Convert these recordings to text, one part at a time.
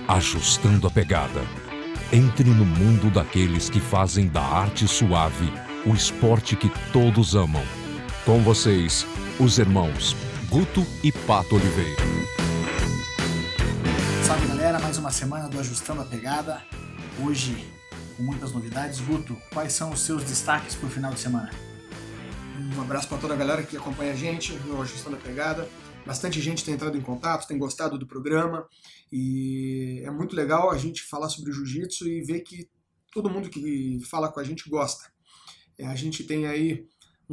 Ajustando a Pegada. Entre no mundo daqueles que fazem da arte suave o esporte que todos amam. Com vocês, os irmãos Guto e Pato Oliveira. Salve galera, mais uma semana do Ajustando a Pegada. Hoje, com muitas novidades. Guto, quais são os seus destaques para o final de semana? Um abraço para toda a galera que acompanha a gente no Ajustando a Pegada. Bastante gente tem entrado em contato, tem gostado do programa e é muito legal a gente falar sobre o jiu-jitsu e ver que todo mundo que fala com a gente gosta. A gente tem aí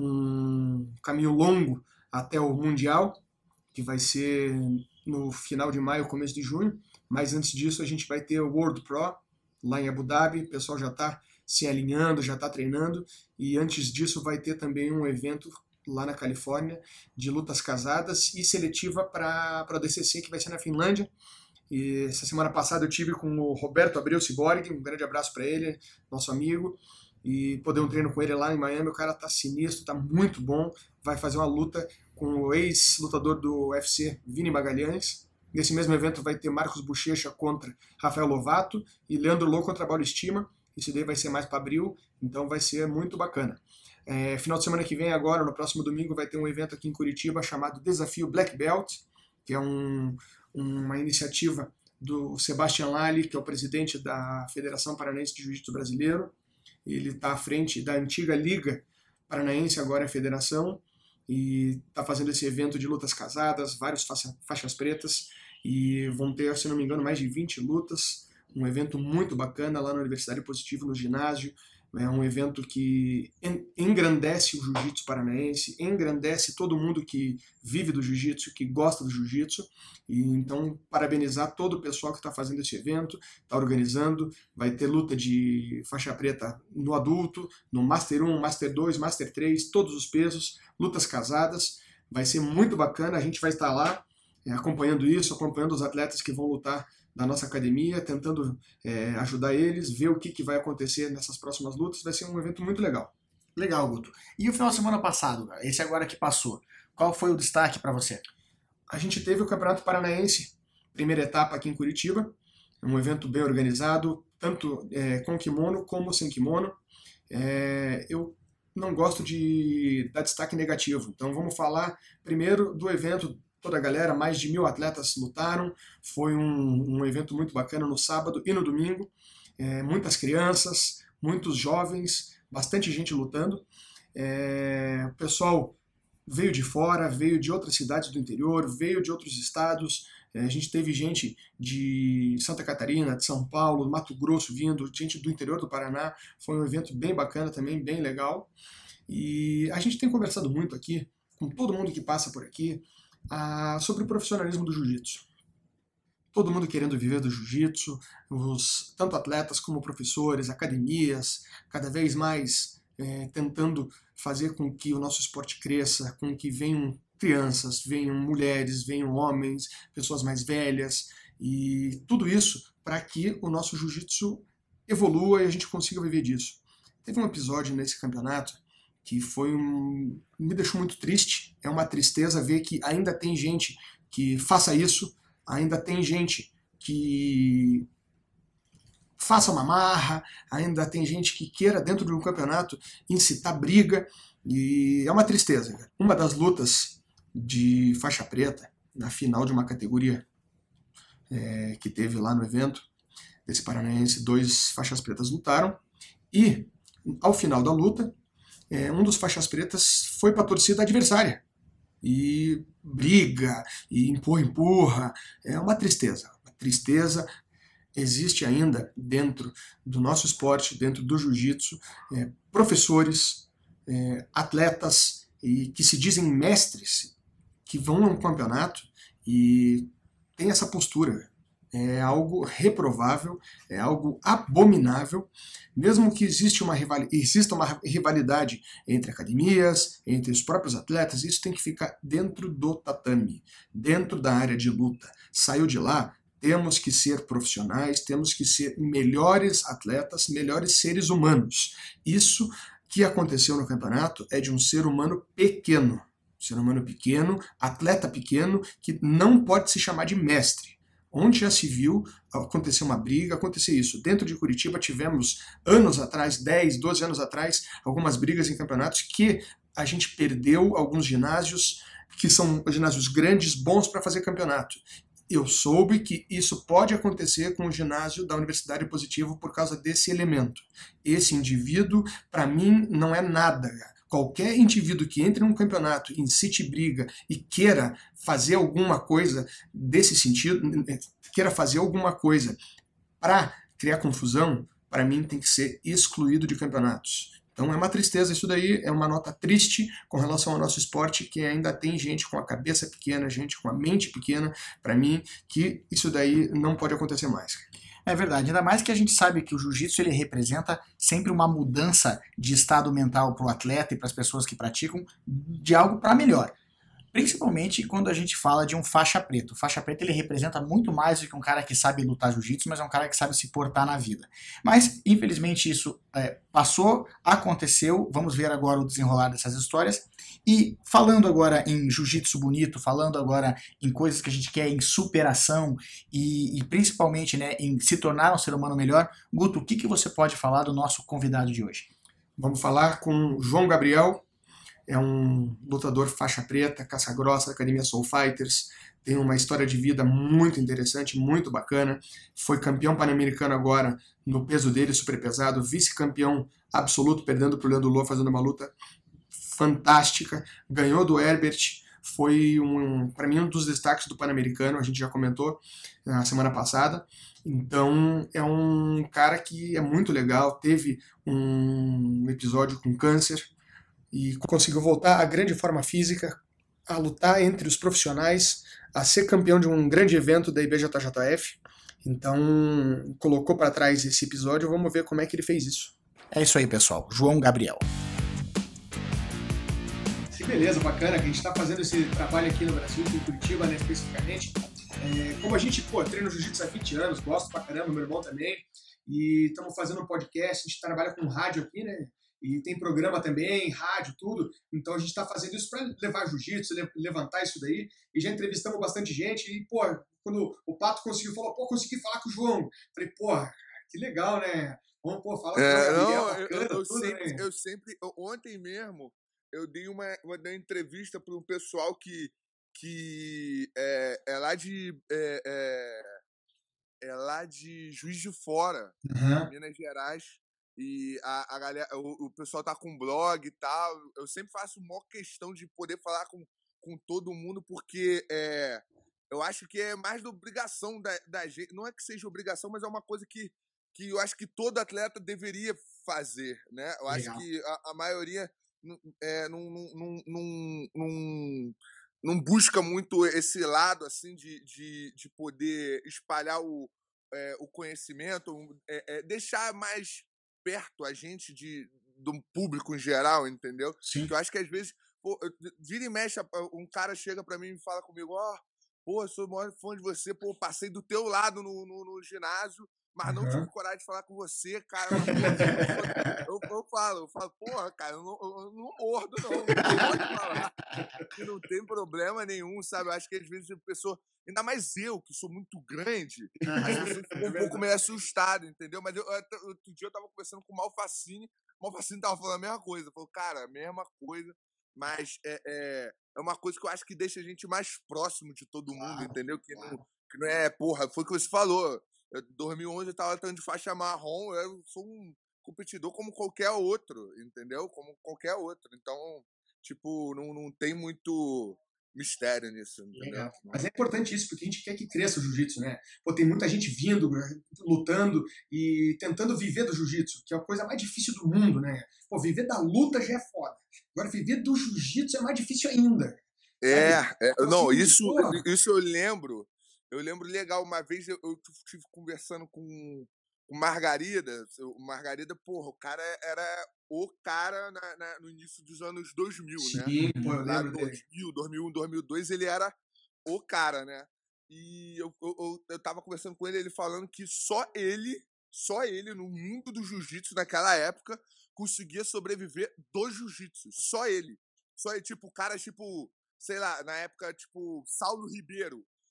um caminho longo até o Mundial, que vai ser no final de maio, começo de junho, mas antes disso a gente vai ter o World Pro lá em Abu Dhabi, o pessoal já está se alinhando, já está treinando, e antes disso vai ter também um evento lá na Califórnia, de lutas casadas e seletiva para a DCC, que vai ser na Finlândia. E essa semana passada eu tive com o Roberto Abreu Ciborgue, um grande abraço para ele, nosso amigo, e poder um treino com ele lá em Miami. O cara tá sinistro, tá muito bom, vai fazer uma luta com o ex-lutador do UFC, Vini Magalhães. Nesse mesmo evento vai ter Marcos Buchecha contra Rafael Lovato e Leandro Lô contra Paulo Estima. Isso daí vai ser mais para abril, então vai ser muito bacana. Final de semana que vem, agora, no próximo domingo, vai ter um evento aqui em Curitiba chamado Desafio Black Belt, que é uma iniciativa do Sebastian Lally, que é o presidente da Federação Paranaense de Jiu-Jitsu Brasileiro. Ele está à frente da antiga Liga Paranaense, agora é a Federação, e está fazendo esse evento de lutas casadas, várias faixas pretas, e vão ter, se não me engano, mais de 20 lutas. Um evento muito bacana lá na Universidade Positivo, no ginásio. É um evento que engrandece o jiu-jitsu paranaense, engrandece todo mundo que vive do jiu-jitsu, que gosta do jiu-jitsu. E então, parabenizar todo o pessoal que está fazendo esse evento, está organizando. Vai ter luta de faixa preta no adulto, no Master 1, Master 2, Master 3, todos os pesos, lutas casadas. Vai ser muito bacana, a gente vai estar lá acompanhando isso, acompanhando os atletas que vão lutar da nossa academia, tentando ajudar eles, ver o que vai acontecer nessas próximas lutas. Vai ser um evento muito legal. Legal, Guto. E o final de semana passado, esse agora que passou, qual foi o destaque para você? A gente teve o Campeonato Paranaense, primeira etapa aqui em Curitiba, um evento bem organizado, tanto com kimono como sem kimono. Eu não gosto de dar destaque negativo, então vamos falar primeiro do evento. Toda a galera, mais de 1.000 atletas lutaram, foi um evento muito bacana no sábado e no domingo, muitas crianças, muitos jovens, bastante gente lutando. O pessoal veio de fora, veio de outras cidades do interior, veio de outros estados. A gente teve gente de Santa Catarina, de São Paulo, Mato Grosso vindo, gente do interior do Paraná. Foi um evento bem bacana também, bem legal. E a gente tem conversado muito aqui, com todo mundo que passa por aqui, sobre o profissionalismo do jiu-jitsu. Todo mundo querendo viver do jiu-jitsu, tanto atletas como professores, academias, cada vez mais tentando fazer com que o nosso esporte cresça, com que venham crianças, venham mulheres, venham homens, pessoas mais velhas, e tudo isso para que o nosso jiu-jitsu evolua e a gente consiga viver disso. Teve um episódio nesse campeonato que me deixou muito triste. É uma tristeza ver que ainda tem gente que faça isso, ainda tem gente que faça uma marra, ainda tem gente que queira, dentro de um campeonato, incitar briga, e é uma tristeza. Uma das lutas de faixa preta, na final de uma categoria que teve lá no evento, desse paranaense, 2 faixas pretas lutaram, e ao final da luta, um dos faixas pretas foi para a torcida adversária. E briga, e empurra. É uma tristeza. Uma tristeza. Existe ainda dentro do nosso esporte, dentro do jiu-jitsu, professores, atletas que se dizem mestres, que vão num campeonato e tem essa postura. É algo reprovável, é algo abominável, mesmo que exista uma rivalidade entre academias, entre os próprios atletas. Isso tem que ficar dentro do tatame, dentro da área de luta. Saiu de lá, temos que ser profissionais, temos que ser melhores atletas, melhores seres humanos. Isso que aconteceu no campeonato é de um ser humano pequeno, atleta pequeno, que não pode se chamar de mestre. Onde já se viu acontecer uma briga, acontecer isso? Dentro de Curitiba tivemos anos atrás, 10, 12 anos atrás, algumas brigas em campeonatos que a gente perdeu alguns ginásios que são ginásios grandes, bons para fazer campeonato. Eu soube que isso pode acontecer com o ginásio da Universidade Positivo por causa desse elemento. Esse indivíduo, para mim, não é nada. Qualquer indivíduo que entre num campeonato, incite briga e queira fazer alguma coisa desse sentido, queira fazer alguma coisa para criar confusão, para mim tem que ser excluído de campeonatos. Então é uma tristeza isso daí, é uma nota triste com relação ao nosso esporte, que ainda tem gente com a cabeça pequena, gente com a mente pequena, para mim, que isso daí não pode acontecer mais. É verdade, ainda mais que a gente sabe que o jiu-jitsu ele representa sempre uma mudança de estado mental para o atleta e para as pessoas que praticam de algo para melhor. Principalmente quando a gente fala de um faixa preta. O faixa preta ele representa muito mais do que um cara que sabe lutar jiu-jitsu, mas é um cara que sabe se portar na vida. Mas, infelizmente, isso passou, aconteceu. Vamos ver agora o desenrolar dessas histórias. E falando agora em jiu-jitsu bonito, falando agora em coisas que a gente quer em superação e principalmente, né, em se tornar um ser humano melhor, Guto, o que você pode falar do nosso convidado de hoje? Vamos falar com João Gabriel. É um lutador faixa preta, caça grossa da Academia Soul Fighters. Tem uma história de vida muito interessante, muito bacana. Foi campeão pan-americano agora no peso dele, super pesado. Vice-campeão absoluto, perdendo para o Leandro Lô, fazendo uma luta fantástica. Ganhou do Herbert. Foi, para mim, um dos destaques do pan-americano. A gente já comentou na semana passada. Então, é um cara que é muito legal. Teve um episódio com câncer e conseguiu voltar à grande forma física, a lutar entre os profissionais, a ser campeão de um grande evento da IBJJF. Então, colocou para trás esse episódio, vamos ver como é que ele fez isso. É isso aí, pessoal. João Gabriel. Que beleza, bacana que a gente está fazendo esse trabalho aqui no Brasil, em Curitiba, né, especificamente. Como a gente, treina jiu-jitsu há 20 anos, gosto pra caramba, meu irmão também, e estamos fazendo um podcast, a gente trabalha com rádio aqui, né? E tem programa também, rádio, tudo. Então a gente está fazendo isso para levar jiu-jitsu, levantar isso daí. E já entrevistamos bastante gente. E, quando o Pato conseguiu, falou, consegui falar com o João. Falei, que legal, né? Vamos, falar com o Gabriel, bacana, eu sempre, ontem mesmo, eu dei uma entrevista para um pessoal que é lá de Juiz de Fora, Minas Gerais. E a galera, o pessoal tá com blog e tal. Eu sempre faço maior questão de poder falar com todo mundo, porque eu acho que é mais da obrigação da gente. Não é que seja obrigação, mas é uma coisa que eu acho que todo atleta deveria fazer, né? Eu acho que a maioria não busca muito esse lado assim de poder espalhar o conhecimento, deixar mais perto a gente do público em geral, entendeu? Sim. Que eu acho que às vezes, vira e mexe, um cara chega pra mim e fala comigo, eu sou o maior fã de você, passei do teu lado no ginásio, mas não tive coragem de falar com você, cara. Eu falo, cara, eu não mordo, não pode falar. Que não tem problema nenhum, sabe? Eu acho que às vezes a pessoa, ainda mais eu, que sou muito grande, às vezes eu fico um pouco meio assustado, entendeu? Mas outro dia eu tava conversando com o Malfacine tava falando a mesma coisa. Falou, cara, a mesma coisa, mas é uma coisa que eu acho que deixa a gente mais próximo de todo mundo, entendeu? Que não é, foi o que você falou. Em 2011 eu tava lutando de faixa marrom, eu sou um competidor como qualquer outro, entendeu? Como qualquer outro. Então, não tem muito mistério nisso, entendeu? Mas é importante isso, porque a gente quer que cresça o jiu-jitsu, né? Tem muita gente vindo, lutando e tentando viver do jiu-jitsu, que é a coisa mais difícil do mundo, né? Viver da luta já é foda. Agora, viver do jiu-jitsu é mais difícil ainda. Não, isso eu lembro. Eu lembro legal, uma vez eu estive conversando com Margarida. O Margarida, o cara era o cara no início dos anos 2000, né? Sim, eu lembro dele. 2001, 2002, ele era o cara, né? E eu tava conversando com ele falando que só ele, no mundo do jiu-jitsu naquela época, conseguia sobreviver do jiu-jitsu. Só ele. O cara, sei lá, na época, Saulo Ribeiro.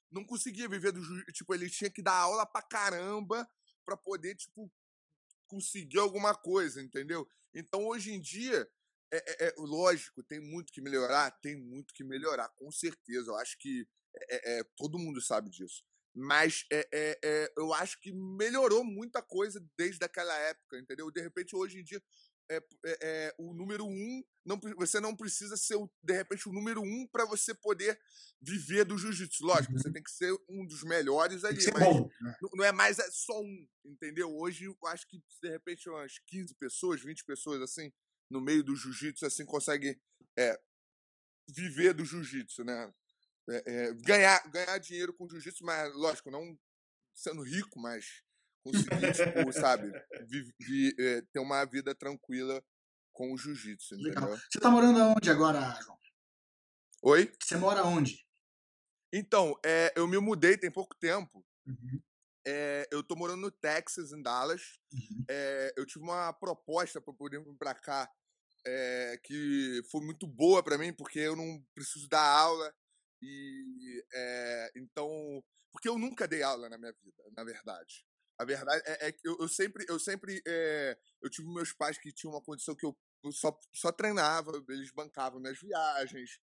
não conseguia viver do jiu-jitsu. Tipo, ele tinha que dar aula pra caramba pra poder, tipo, conseguir alguma coisa, entendeu? Então, hoje em dia, lógico, tem muito que melhorar? Tem muito que melhorar, com certeza. Eu acho que todo mundo sabe disso. Mas eu acho que melhorou muita coisa desde aquela época, entendeu? De repente, hoje em dia, o número 1, você não precisa ser, de repente, o número 1 para você poder viver do jiu-jitsu. Lógico, você tem que ser um dos melhores Tem que ali, ser mas bom, né? não é mais só um, entendeu? Hoje, eu acho que, de repente, umas 15 pessoas, 20 pessoas, assim, no meio do jiu-jitsu, assim, conseguem viver do jiu-jitsu, né? Ganhar dinheiro com jiu-jitsu, mas, lógico, não sendo rico, mas conseguir, tipo, sabe, ter uma vida tranquila com o jiu-jitsu, Legal. entendeu? Você tá morando aonde agora, João? Oi? Você mora onde? Então, eu me mudei tem pouco tempo. Uhum. Eu tô morando no Texas, em Dallas. Uhum. Eu tive uma proposta para poder vir para cá que foi muito boa para mim, porque eu não preciso dar aula. E então, porque eu nunca dei aula na minha vida, na verdade. A verdade é que eu sempre eu tive meus pais que tinham uma condição que eu só treinava, eles bancavam minhas viagens.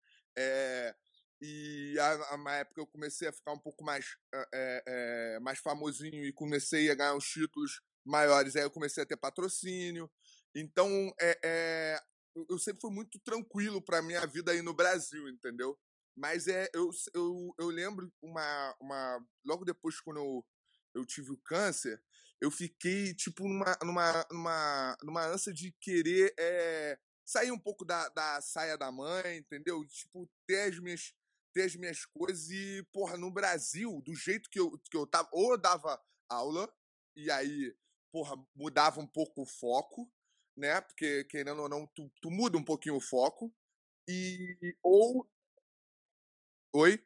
E uma época eu comecei a ficar um pouco mais famosinho e comecei a ganhar uns títulos maiores. Aí eu comecei a ter patrocínio. Então, eu sempre fui muito tranquilo para minha vida aí no Brasil, entendeu? Mas eu lembro logo depois, quando eu tive o câncer, eu fiquei, tipo, numa ânsia de querer sair um pouco da saia da mãe, entendeu? Tipo, ter as minhas coisas e, porra, no Brasil, do jeito que eu tava, ou eu dava aula, e aí, porra, mudava um pouco o foco, né? Porque, querendo ou não, tu muda um pouquinho o foco, ou... Oi?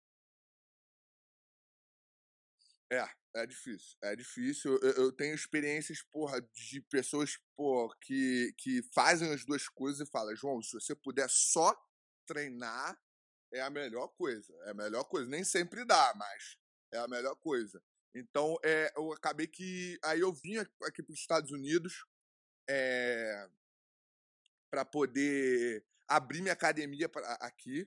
É difícil. É difícil. Eu tenho experiências, porra, de pessoas, pô, que fazem as duas coisas e falam, João, se você puder só treinar, é a melhor coisa. É a melhor coisa. Nem sempre dá, mas é a melhor coisa. Então, eu acabei que... Aí eu vim aqui para os Estados Unidos para poder abrir minha academia aqui.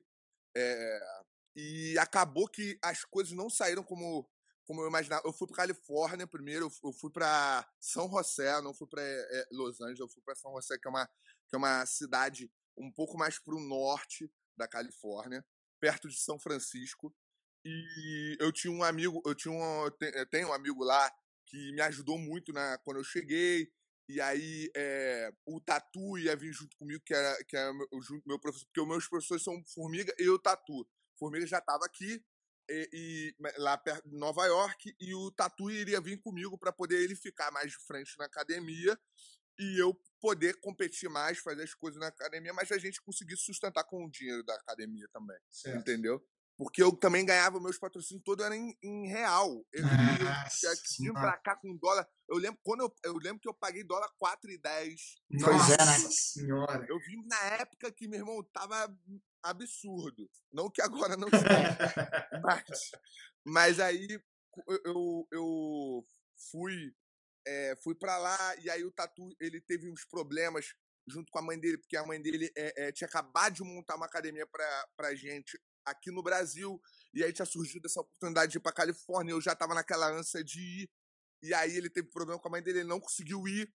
E acabou que as coisas não saíram como eu imaginava. Eu fui para Califórnia primeiro, eu fui para São José, não fui para Los Angeles, eu fui para São José, que é uma cidade um pouco mais para o norte da Califórnia, perto de São Francisco. E eu tinha um amigo, eu tenho um amigo lá que me ajudou muito quando eu cheguei. E aí o Tatu ia vir junto comigo, que é meu professor, porque os meus professores são Formiga e o Tatu. Formiga já estava aqui, lá perto de Nova York, e o Tatu iria vir comigo para poder ele ficar mais de frente na academia e eu poder competir mais, fazer as coisas na academia, mas a gente conseguir sustentar com o dinheiro da academia também, Certo. entendeu? Porque eu também ganhava meus patrocínios todos era em real. Eu vim pra cá com dólar. Eu lembro que eu paguei dólar 4,10. Pois é, né? Nossa senhora. Eu vim na época que meu irmão tava absurdo. Não que agora não esteja. Mas aí eu fui pra lá, e aí o Tatu, ele teve uns problemas junto com a mãe dele, porque a mãe dele tinha acabado de montar uma academia pra gente aqui no Brasil, e aí tinha surgido essa oportunidade de ir pra Califórnia, eu já tava naquela ânsia de ir, e aí ele teve problema com a mãe dele, ele não conseguiu ir,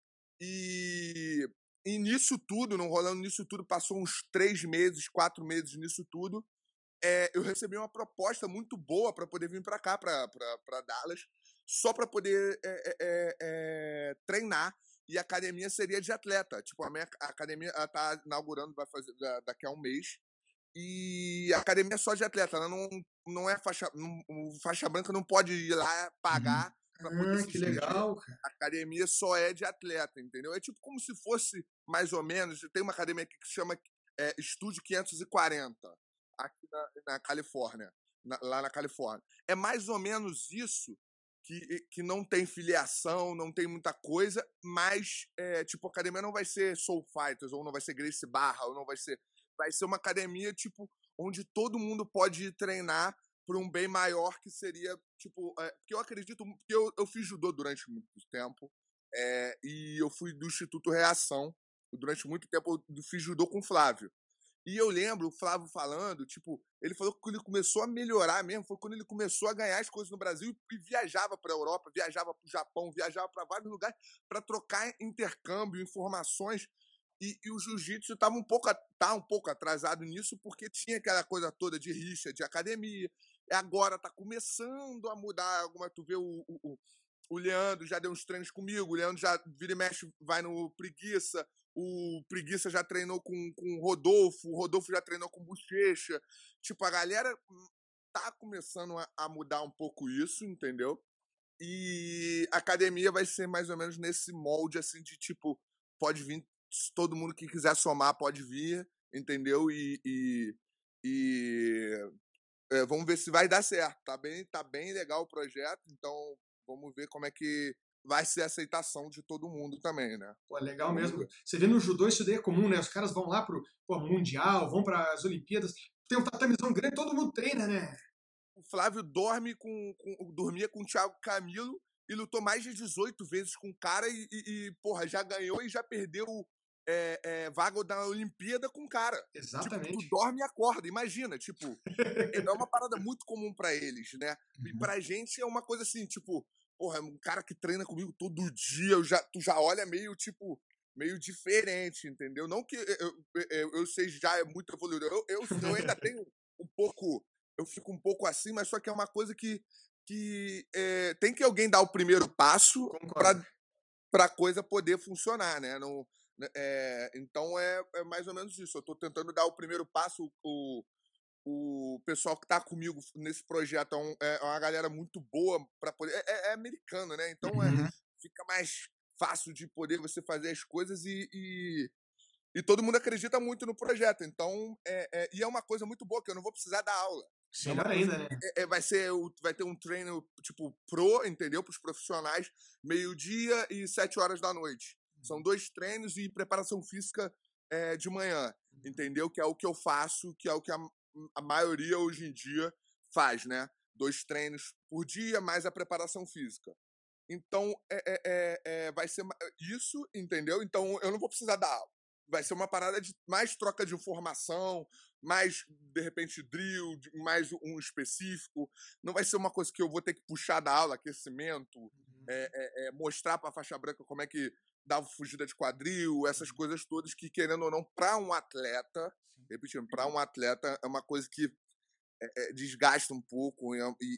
e nisso tudo, não rolando nisso tudo, passou uns 3 meses, 4 meses nisso tudo, eu recebi uma proposta muito boa para poder vir para cá, para Dallas, só para poder treinar. E a academia seria de atleta. Tipo, a minha academia está inaugurando, vai fazer daqui a um mês. E a academia é só de atleta. Ela não é faixa branca, não pode ir lá pagar para poder se Que legal, cara. A academia só é de atleta, entendeu? É tipo como se fosse, mais ou menos, tem uma academia aqui que se chama Estúdio 540. Aqui na Califórnia, lá na Califórnia. É mais ou menos isso, que não tem filiação, não tem muita coisa, mas, tipo, a academia não vai ser Soul Fighters, ou não vai ser Gracie Barra, ou não vai ser... Vai ser uma academia, tipo, onde todo mundo pode ir treinar para um bem maior que seria, tipo, porque eu acredito, porque eu fiz judô durante muito tempo, e eu fui do Instituto Reação, durante muito tempo eu fiz judô com o Flávio. E eu lembro o Flávio falando, tipo, ele falou que quando ele começou a melhorar mesmo, foi quando ele começou a ganhar as coisas no Brasil e viajava para a Europa, viajava para o Japão, viajava para vários lugares para trocar intercâmbio, informações. E o jiu-jitsu tá um pouco atrasado nisso, porque tinha aquela coisa toda de rixa, de academia. E agora tá começando a mudar alguma. Tu vê o Leandro já deu uns treinos comigo, o Leandro já vira e mexe, vai no Preguiça, o Preguiça já treinou com o Rodolfo já treinou com Bochecha. Tipo, a galera tá começando a mudar um pouco isso, entendeu? E a academia vai ser mais ou menos nesse molde, assim, de tipo, pode vir, todo mundo que quiser somar pode vir, entendeu? Vamos ver se vai dar certo. Tá bem legal o projeto, então vamos ver como é que vai ser a aceitação de todo mundo também, né? Pô, legal mesmo. Você vê no judô isso daí é comum, né? Os caras vão lá pro Mundial, vão para as Olimpíadas, tem um tatamizão grande, todo mundo treina, né? O Flávio dormia com o Thiago Camilo e lutou mais de 18 vezes com o cara porra, já ganhou e já perdeu vaga da Olimpíada com o cara. Exatamente. Tipo, tu dorme e acorda, imagina, tipo, é uma parada muito comum pra eles, né? E pra gente é uma coisa assim, tipo, porra, um cara que treina comigo todo dia, tu já olha meio, tipo, meio diferente, entendeu? Não que eu seja já é muito evoluído, eu ainda tenho um pouco, eu fico um pouco assim, mas só que é uma coisa que tem que alguém dar o primeiro passo pra coisa poder funcionar, né? Não, então é mais ou menos isso. Eu tô tentando dar o primeiro passo. O pessoal que tá comigo nesse projeto é uma galera muito boa para poder. É americano, né? Então fica mais fácil de poder você fazer as coisas e todo mundo acredita muito no projeto. Então, e é uma coisa muito boa, que eu não vou precisar dar aula. Melhor ainda, né? Vai ter um treino, tipo, entendeu? Para os profissionais, 12h e 7h da noite. São 2 treinos e preparação física de manhã, entendeu? Que é o que eu faço, que é o que a maioria hoje em dia faz, né? 2 treinos por dia, mais a preparação física. Então, vai ser isso, entendeu? Então, eu não vou precisar dar aula. Vai ser uma parada de mais troca de informação, mais, de repente, drill, mais um específico. Não vai ser uma coisa que eu vou ter que puxar da aula, aquecimento, mostrar para a faixa branca como é que dá fugida de quadril, essas coisas todas que, querendo ou não, para um atleta, repetindo, para um atleta é uma coisa que desgasta um pouco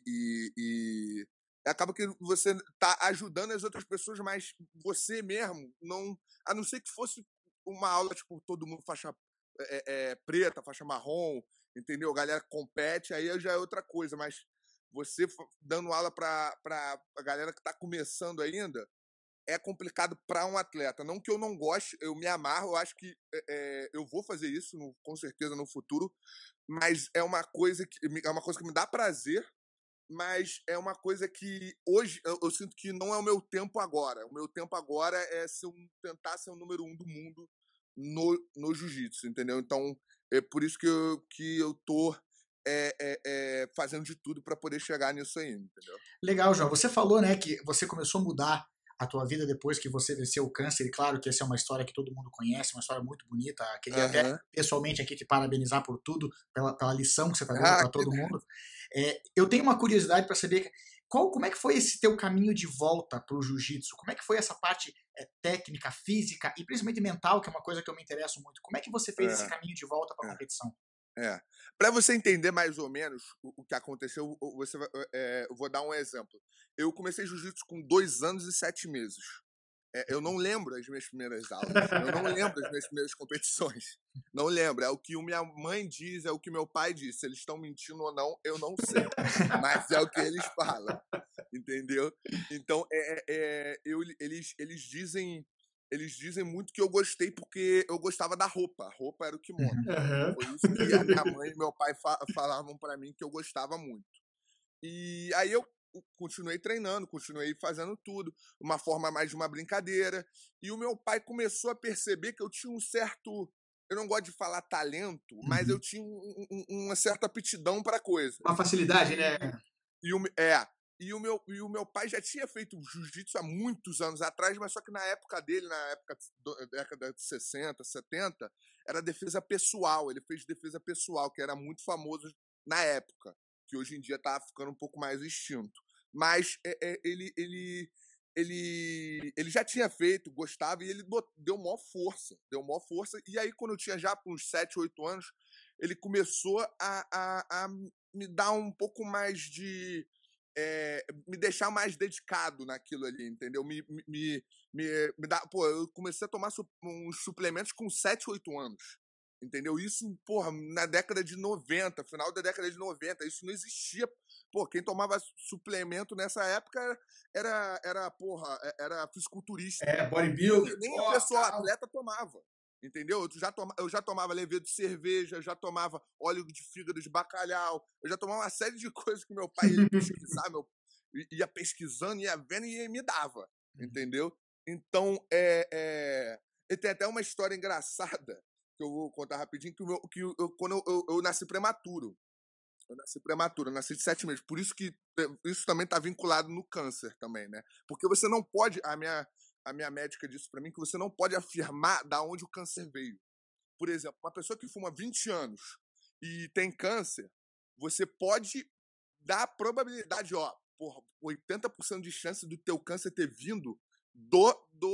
e acaba que você tá ajudando as outras pessoas, mas você mesmo, não, a não ser que fosse uma aula, tipo, todo mundo faixa preta, faixa marrom, entendeu? A galera compete, aí já é outra coisa, mas você dando aula pra a galera que tá começando ainda, é complicado para um atleta. Não que eu não goste, eu me amarro, eu acho que eu vou fazer isso, com certeza, no futuro, mas é uma coisa que me dá prazer, mas é uma coisa que hoje eu sinto que não é o meu tempo agora. O meu tempo agora é tentar ser o número 1 do mundo no jiu-jitsu, entendeu? Então, é por isso que eu tô fazendo de tudo para poder chegar nisso aí, entendeu? Legal, João. Você falou, né, que você começou a mudar a tua vida depois que você venceu o câncer, e claro que essa é uma história que todo mundo conhece, uma história muito bonita. Queria até pessoalmente aqui te parabenizar por tudo, pela lição que você está dando para todo mundo. Eu tenho uma curiosidade para saber como é que foi esse teu caminho de volta para o jiu-jitsu? Como é que foi essa parte técnica, física e principalmente mental, que é uma coisa que eu me interesso muito? Como é que você fez esse caminho de volta para a competição? Para você entender mais ou menos o que aconteceu, eu vou dar um exemplo. Eu comecei jiu-jitsu com 2 anos e 7 meses. Eu não lembro as minhas primeiras aulas. Eu não lembro das minhas primeiras competições. Não lembro. É o que minha mãe diz, é o que meu pai diz. Se eles estão mentindo ou não, eu não sei. Mas é o que eles falam. Entendeu? Então, eles dizem muito que eu gostei porque eu gostava da roupa. A roupa era o kimono. Foi isso que a minha mãe e meu pai falavam para mim, que eu gostava muito. E aí eu continuei treinando, continuei fazendo tudo, uma forma mais de uma brincadeira. E o meu pai começou a perceber que eu tinha um certo eu não gosto de falar talento, mas eu tinha uma certa aptidão para coisa. Uma facilidade, né? E o meu pai já tinha feito jiu-jitsu há muitos anos atrás, mas só que na época dele, na época da década de 60, 70, era defesa pessoal. Ele fez defesa pessoal, que era muito famoso na época, que hoje em dia tá ficando um pouco mais extinto. Mas ele já tinha feito, gostava, e ele deu maior força. E aí, quando eu tinha já uns 7, 8 anos, ele começou a me dar um pouco mais de... me deixar mais dedicado naquilo ali, entendeu? Me dá, pô, eu comecei a tomar uns suplementos com 7, 8 anos. Entendeu? Isso, porra, na década de 90, final da década de 90, isso não existia. Pô, quem tomava suplemento nessa época era fisiculturista. Bodybuilder. Nem a pessoa atleta tomava. Entendeu? Eu já tomava levedo de cerveja, já tomava óleo de fígado de bacalhau, eu já tomava uma série de coisas que meu pai ia pesquisar, ia pesquisando, ia vendo e me dava. Entendeu? Então, e tem até uma história engraçada que eu vou contar rapidinho, quando eu nasci prematuro. Eu nasci de 7 meses. Por isso que isso também está vinculado no câncer também, né? Porque você não pode... A minha médica disse para mim que você não pode afirmar da onde o câncer veio. Por exemplo, uma pessoa que fuma 20 anos e tem câncer, você pode dar a probabilidade, 80% de chance do teu câncer ter vindo do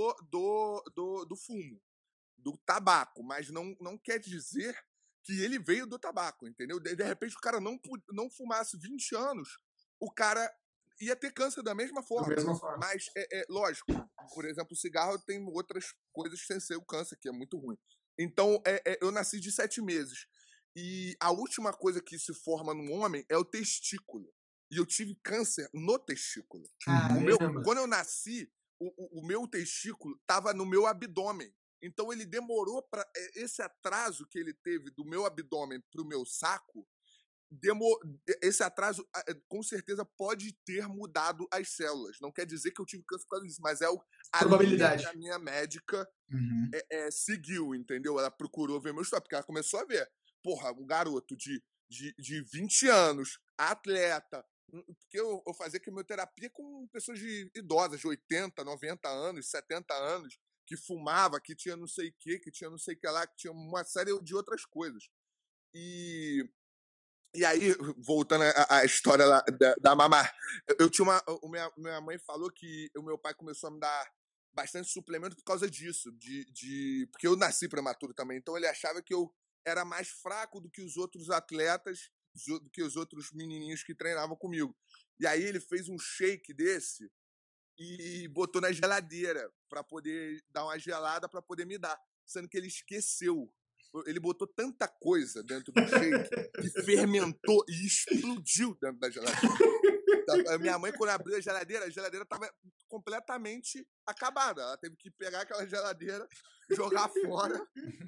fumo, do tabaco, mas não quer dizer que ele veio do tabaco, entendeu? De repente o cara não fumasse 20 anos, o cara ia ter câncer da mesma forma. Mas, lógico, por exemplo, o cigarro tem outras coisas sem ser o câncer, que é muito ruim. Então, eu nasci de 7 meses. E a última coisa que se forma no homem é o testículo. E eu tive câncer no testículo. Quando eu nasci, o meu testículo estava no meu abdômen. Então ele demorou para esse atraso que ele teve do meu abdômen para o meu saco, esse atraso com certeza pode ter mudado as células. Não quer dizer que eu tive câncer por causa disso, mas é a probabilidade que a minha médica seguiu, entendeu? Ela procurou ver meu histórico, porque ela começou a ver. Porra, um garoto de 20 anos, atleta, porque eu fazia quimioterapia com pessoas idosas, de 80, 90 anos, 70 anos, que fumava, que tinha não sei o que tinha não sei o que lá, que tinha uma série de outras coisas. E aí, voltando à história lá da mamá, eu tinha minha mãe falou que o meu pai começou a me dar bastante suplemento por causa disso, porque eu nasci prematuro também, então ele achava que eu era mais fraco do que os outros atletas, do que os outros menininhos que treinavam comigo. E aí ele fez um shake desse e botou na geladeira para poder dar uma gelada para poder me dar, sendo que ele esqueceu. Ele botou tanta coisa dentro do shake que fermentou e explodiu dentro da geladeira. A minha mãe, quando abriu a geladeira estava completamente acabada. Ela teve que pegar aquela geladeira, jogar fora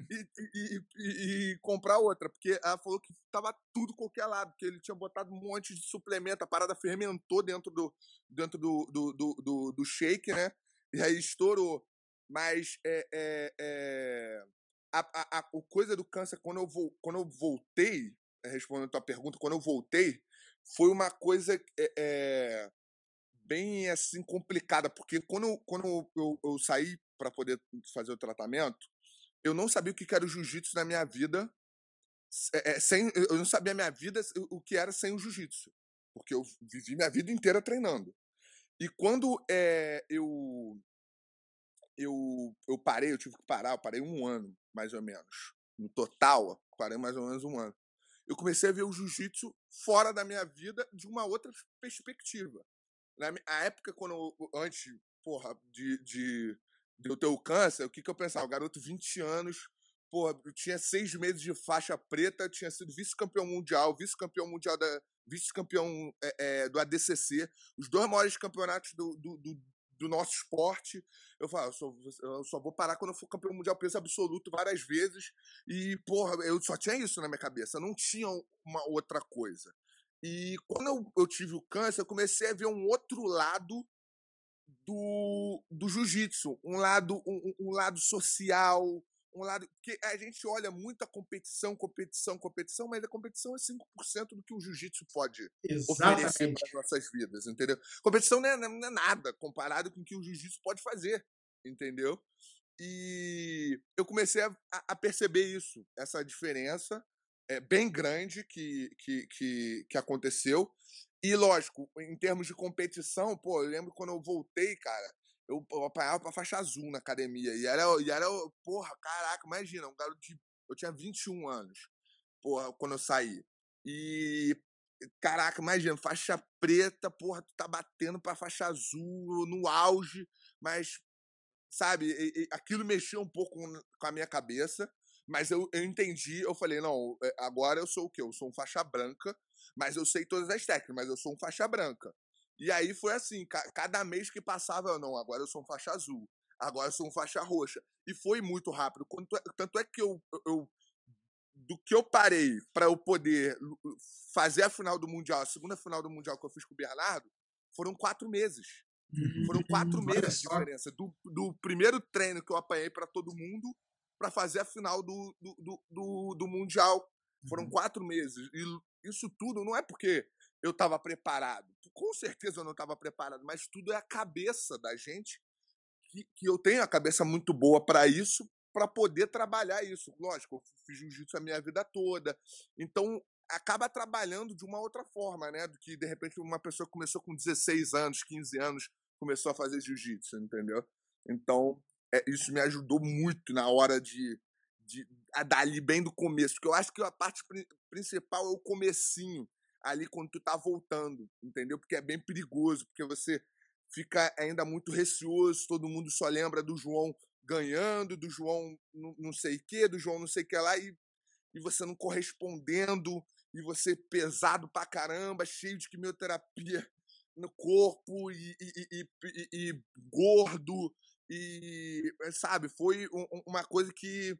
e comprar outra. Porque ela falou que estava tudo qualquer lado, porque ele tinha botado um monte de suplemento, a parada fermentou dentro do shake, né? E aí estourou. Mas a coisa do câncer, quando eu voltei, respondendo a tua pergunta, quando eu voltei, foi uma coisa bem assim complicada, porque quando eu saí para poder fazer o tratamento, eu não sabia o que era o jiu-jitsu na minha vida, eu não sabia a minha vida o que era sem o jiu-jitsu, porque eu vivi minha vida inteira treinando. E quando eu parei, eu tive que parar, eu parei 1 ano, mais ou menos. No total, parei mais ou menos 1 ano. Eu comecei a ver o jiu-jitsu fora da minha vida de uma outra perspectiva. Na época, antes, de eu ter o câncer, o que eu pensava? O garoto, 20 anos, eu tinha 6 meses de faixa preta, tinha sido vice-campeão mundial vice-campeão do ADCC, os 2 maiores campeonatos do nosso esporte. Eu falo, eu só vou parar quando eu for campeão mundial peso absoluto várias vezes. E, eu só tinha isso na minha cabeça, não tinha uma outra coisa. E quando eu tive o câncer, eu comecei a ver um outro lado do jiu-jitsu, um lado social, um lado... Porque a gente olha muito a competição, mas a competição é 5% do que o jiu-jitsu pode oferecer para Exatamente. as nossas vidas, entendeu? Competição não é nada comparado com o que o jiu-jitsu pode fazer, entendeu? E eu comecei a perceber isso, essa diferença bem grande que aconteceu. E, lógico, em termos de competição, pô, eu lembro quando eu voltei, cara, eu apanhava pra faixa azul na academia. Porra, caraca, imagina, um garoto de... Eu tinha 21 anos, porra, quando eu saí. E, caraca, imagina, faixa preta, porra, tu tá batendo pra faixa azul no auge, mas, sabe, aquilo mexeu um pouco com a minha cabeça, mas eu entendi, eu falei, não, agora eu sou o quê? Eu sou um faixa branca, mas eu sei todas as técnicas, mas eu sou um faixa branca. E aí foi assim, cada mês que passava, eu, não, agora eu sou um faixa azul, agora eu sou um faixa roxa. E foi muito rápido, tanto é que do que eu parei para eu poder fazer a final do Mundial, a segunda final do Mundial que eu fiz com o Bernardo, foram 4 meses. Foram 4 Olha meses de só. diferença. Do primeiro treino que eu apanhei para todo mundo para fazer a final do Mundial. Foram 4 meses. E isso tudo não é porque eu estava preparado. Com certeza eu não estava preparado, mas tudo é a cabeça da gente, que eu tenho a cabeça muito boa para isso, para poder trabalhar isso. Lógico, eu fiz jiu-jitsu a minha vida toda. Então, acaba trabalhando de uma outra forma, né? Do que, de repente, uma pessoa que começou com 16 anos, 15 anos, começou a fazer jiu-jitsu, entendeu? Então, isso me ajudou muito na hora a dar ali bem do começo. Porque eu acho que a parte principal é o comecinho, ali quando tu tá voltando, entendeu? Porque é bem perigoso, porque você fica ainda muito receoso, todo mundo só lembra do João ganhando, do João não sei o que, do João não sei o que lá, e você não correspondendo, e você pesado pra caramba, cheio de quimioterapia no corpo, e gordo, e sabe, foi uma coisa que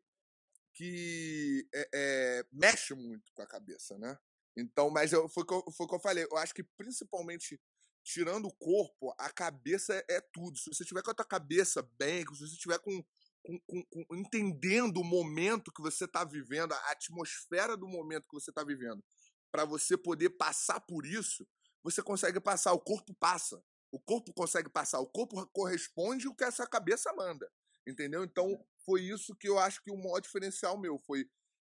mexe muito com a cabeça, né? Então, mas foi o que eu falei, eu acho que principalmente tirando o corpo, a cabeça é tudo. Se você tiver com a tua cabeça bem, se você tiver entendendo o momento que você está vivendo, a atmosfera do momento que você está vivendo, para você poder passar por isso, você consegue passar, o corpo passa. O corpo consegue passar, o corpo corresponde ao que essa cabeça manda, entendeu? Então, foi isso que eu acho que o maior diferencial meu foi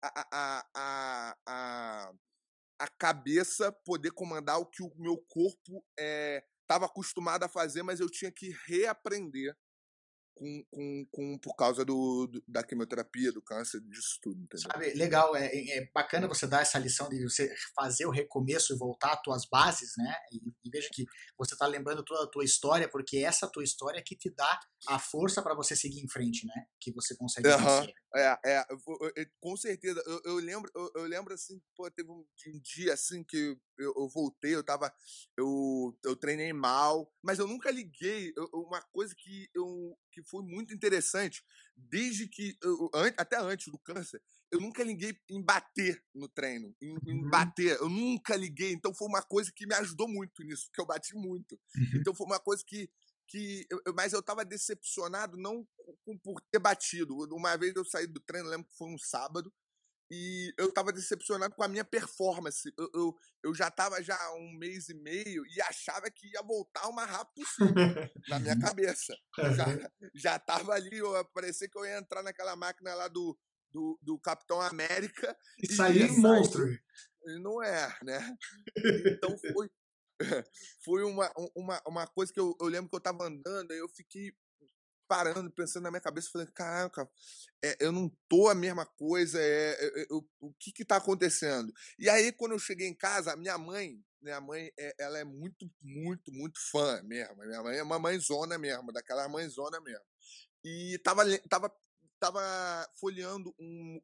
a cabeça poder comandar o que o meu corpo estava acostumado a fazer, mas eu tinha que reaprender por causa da quimioterapia, do câncer, disso tudo, entendeu? Sabe, legal, é bacana você dar essa lição de você fazer o recomeço e voltar às tuas bases, né? E veja que você está lembrando toda a tua história, porque essa tua história é que te dá a força para você seguir em frente, né? Que você consegue vencer. Com certeza. Eu lembro assim, pô, teve um dia assim que eu voltei, eu treinei mal, mas eu nunca liguei. Uma coisa que foi muito interessante, desde que até antes do câncer, eu nunca liguei em bater no treino, em bater. Eu nunca liguei. Então foi uma coisa que me ajudou muito nisso, porque eu bati muito. Então foi uma coisa mas eu estava decepcionado não por ter batido. Uma vez eu saí do treino, lembro que foi um sábado, e eu estava decepcionado com a minha performance. Eu já estava já há 1 mês e meio e achava que ia voltar o mais rápido possível na minha cabeça. Já estava ali, parecia que eu ia entrar naquela máquina lá do Capitão América e sair monstro. E não é, né? Então foi uma coisa que eu lembro que eu tava andando, aí eu fiquei parando, pensando na minha cabeça, falando, caraca, eu não tô a mesma coisa, o que tá acontecendo? E aí, quando eu cheguei em casa, minha mãe, ela é muito, muito, muito fã mesmo. Minha mãe é uma mãezona mesmo, daquela mãezona mesmo. E tava folheando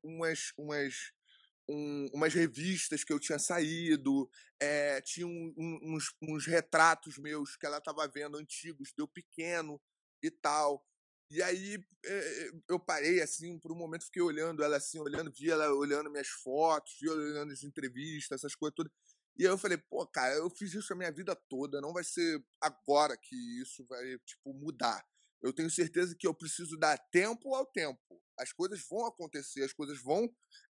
umas revistas que eu tinha saído, tinha uns retratos meus que ela estava vendo, antigos, de eu pequeno e tal. E aí eu parei, assim, por um momento fiquei olhando ela, assim, via ela olhando minhas fotos, via ela olhando as entrevistas, essas coisas todas. E aí eu falei, pô, cara, eu fiz isso a minha vida toda, não vai ser agora que isso vai, tipo, mudar. Eu tenho certeza que eu preciso dar tempo ao tempo. As coisas vão acontecer, as coisas vão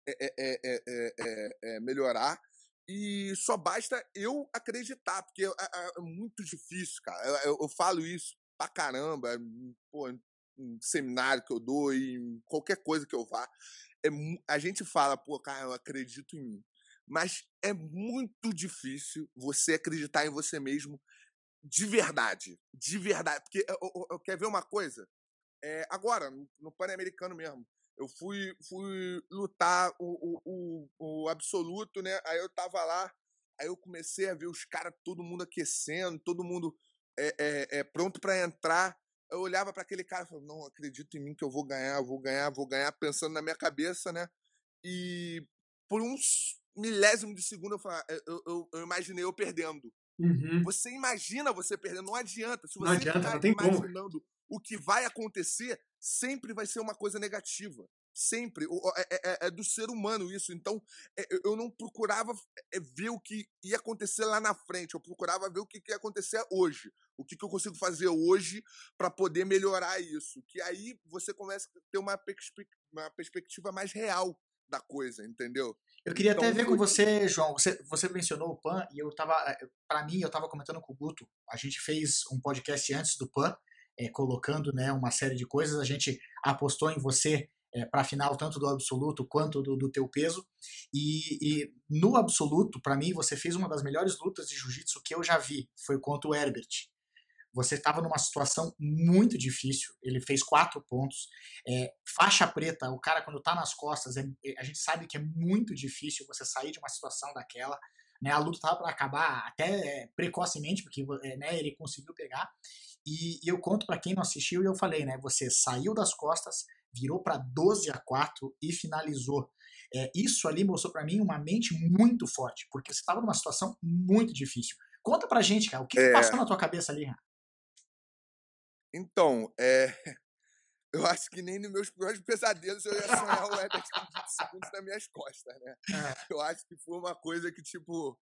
melhorar. E só basta eu acreditar, porque é muito difícil, cara. Eu falo isso pra caramba, pô, em seminário que eu dou, em qualquer coisa que eu vá. A gente fala, pô, cara, eu acredito em mim. Mas é muito difícil você acreditar em você mesmo de verdade. De verdade. Porque eu quer ver uma coisa? Agora, no Pan-Americano mesmo, eu fui lutar o absoluto, né? Aí eu tava lá, aí eu comecei a ver os caras, todo mundo aquecendo, todo mundo pronto pra entrar. Eu olhava pra aquele cara e falava, não, acredito em mim que eu vou ganhar, pensando na minha cabeça, né? E por uns milésimo de segundo eu imaginei eu perdendo. Uhum. Você imagina você perdendo, não adianta. Se Não você adianta, ficar não tem como. imaginando o que vai acontecer, sempre vai ser uma coisa negativa. Sempre. É do ser humano isso. Então, eu não procurava ver o que ia acontecer lá na frente. Eu procurava ver o que ia acontecer hoje. O que eu consigo fazer hoje para poder melhorar isso. Que aí você começa a ter uma perspectiva mais real da coisa, entendeu? Eu queria Então, até ver com você, João. Você mencionou o PAN e para mim, eu estava comentando com o Guto. A gente fez um podcast antes do PAN, colocando, né, uma série de coisas. A gente apostou em você para a final tanto do absoluto quanto do teu peso. E no absoluto, para mim, você fez uma das melhores lutas de jiu-jitsu que eu já vi. Foi contra o Herbert. Você estava numa situação muito difícil, ele fez 4 pontos, faixa preta, o cara quando tá nas costas, a gente sabe que é muito difícil você sair de uma situação daquela, né, a luta tava para acabar até precocemente, porque né, ele conseguiu pegar, e eu conto para quem não assistiu, e eu falei, né, você saiu das costas, virou para 12-4 e finalizou. Isso ali mostrou para mim uma mente muito forte, porque você estava numa situação muito difícil. Conta pra gente, cara, o que passou na tua cabeça ali, Renan? Então, eu acho que nem nos meus piores pesadelos eu ia sonhar o Herbert com 20 segundos nas minhas costas, né? Eu acho que foi uma coisa que, tipo,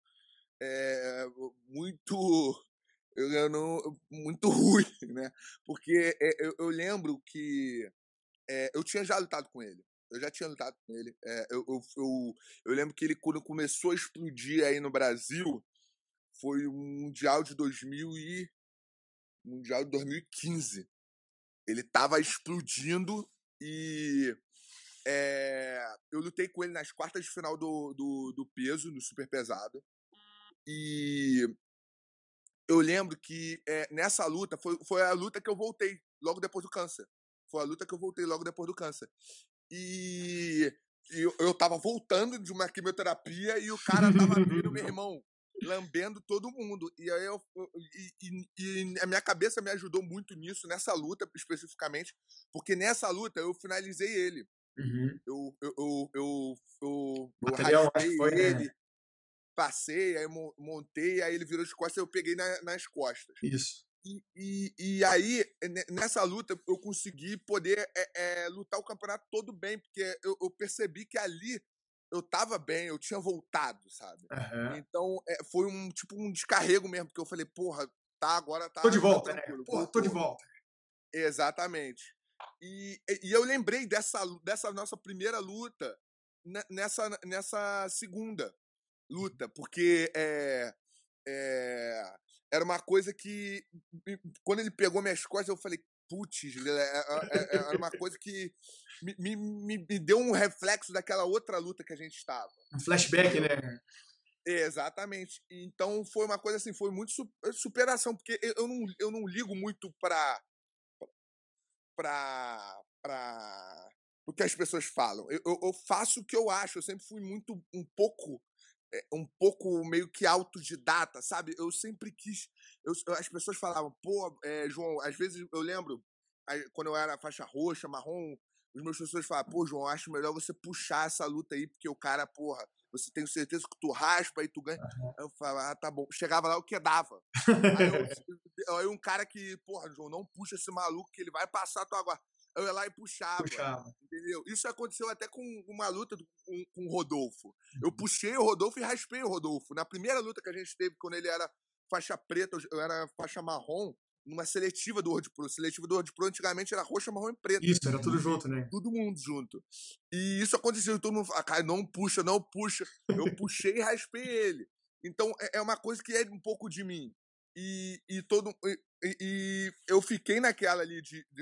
muito... muito ruim, né? Porque eu lembro que eu tinha já lutado com ele. Eu já tinha lutado com ele. Eu lembro que ele, quando começou a explodir aí no Brasil, foi o Mundial de 2015. Ele tava explodindo e eu lutei com ele nas quartas de final do peso, no super pesado. E eu lembro que nessa luta, foi a luta que eu voltei logo depois do câncer. Foi a luta que eu voltei logo depois do câncer. E eu tava voltando de uma quimioterapia e o cara tava vindo, meu irmão, lambendo todo mundo. E aí e a minha cabeça me ajudou muito nisso, nessa luta especificamente, porque nessa luta eu finalizei ele. Uhum. Eu Material, acho que foi, ele, passei, aí montei, aí ele virou de costas e eu peguei nas costas. Isso. E aí, nessa luta, eu consegui poder lutar o campeonato todo bem, porque eu percebi que ali eu tava bem, eu tinha voltado, sabe? Uhum. Então, foi um descarrego mesmo, porque eu falei, porra, agora tá. Tô de volta, tá tranquilo, né? Porra, tô de volta. Exatamente. E eu lembrei dessa nossa primeira luta nessa segunda luta, porque era uma coisa que, quando ele pegou minhas costas, eu falei, putz, era uma coisa que me deu um reflexo daquela outra luta que a gente estava. Um flashback, né? Exatamente. Então foi uma coisa assim, foi muito superação, porque eu não ligo muito para o que as pessoas falam. Eu faço o que eu acho, eu sempre fui muito um pouco meio que autodidata, sabe? Eu sempre quis. As pessoas falavam, pô, João, às vezes eu lembro, quando eu era faixa roxa, marrom, os meus professores falavam, pô, João, acho melhor você puxar essa luta aí, porque o cara, porra, você tem certeza que tu raspa e tu ganha. Uhum. Aí eu falava, tá bom. Chegava lá, eu quedava. Aí um cara que, porra, João, não puxa esse maluco que ele vai passar a tua guarda. Eu ia lá e puxava. Entendeu? Isso aconteceu até com uma luta com o Rodolfo. Eu puxei o Rodolfo e raspei o Rodolfo. Na primeira luta que a gente teve, quando ele era faixa preta, eu era faixa marrom, numa seletiva do World Pro. Seletiva do World Pro antigamente era roxa, marrom e preta. Isso, era tudo junto, né? Todo mundo junto. E isso aconteceu, todo mundo fala, cara, não puxa, não puxa. Eu puxei e raspei ele. Então é uma coisa que é um pouco de mim. E eu fiquei naquela ali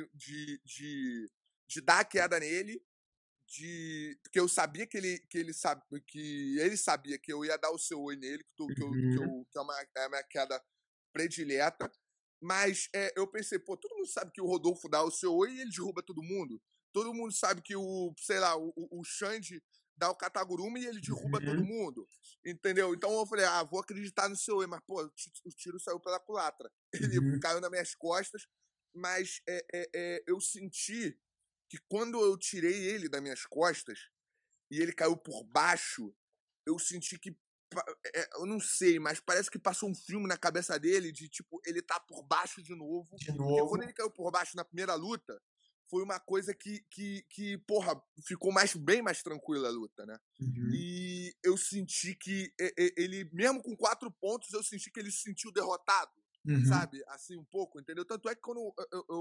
de dar a queda nele, porque eu sabia que ele sabia que eu ia dar o seu oi nele, que é a minha queda predileta. Mas eu pensei, pô, todo mundo sabe que o Rodolfo dá o seu oi e ele derruba todo mundo. Todo mundo sabe que o Xande dá o Kataguruma e ele derruba todo mundo. Entendeu? Então eu falei, vou acreditar no seu oi. Mas, pô, o tiro saiu pela culatra. Ele caiu nas minhas costas, mas eu senti que quando eu tirei ele das minhas costas e ele caiu por baixo, eu senti que eu não sei, mas parece que passou um filme na cabeça dele de, tipo, ele tá por baixo de novo. Porque quando ele caiu por baixo na primeira luta, foi uma coisa que porra, ficou bem mais tranquila a luta, né? E eu senti que ele, mesmo com 4 pontos, eu senti que ele se sentiu derrotado, sabe? Assim, um pouco, entendeu? Tanto é que quando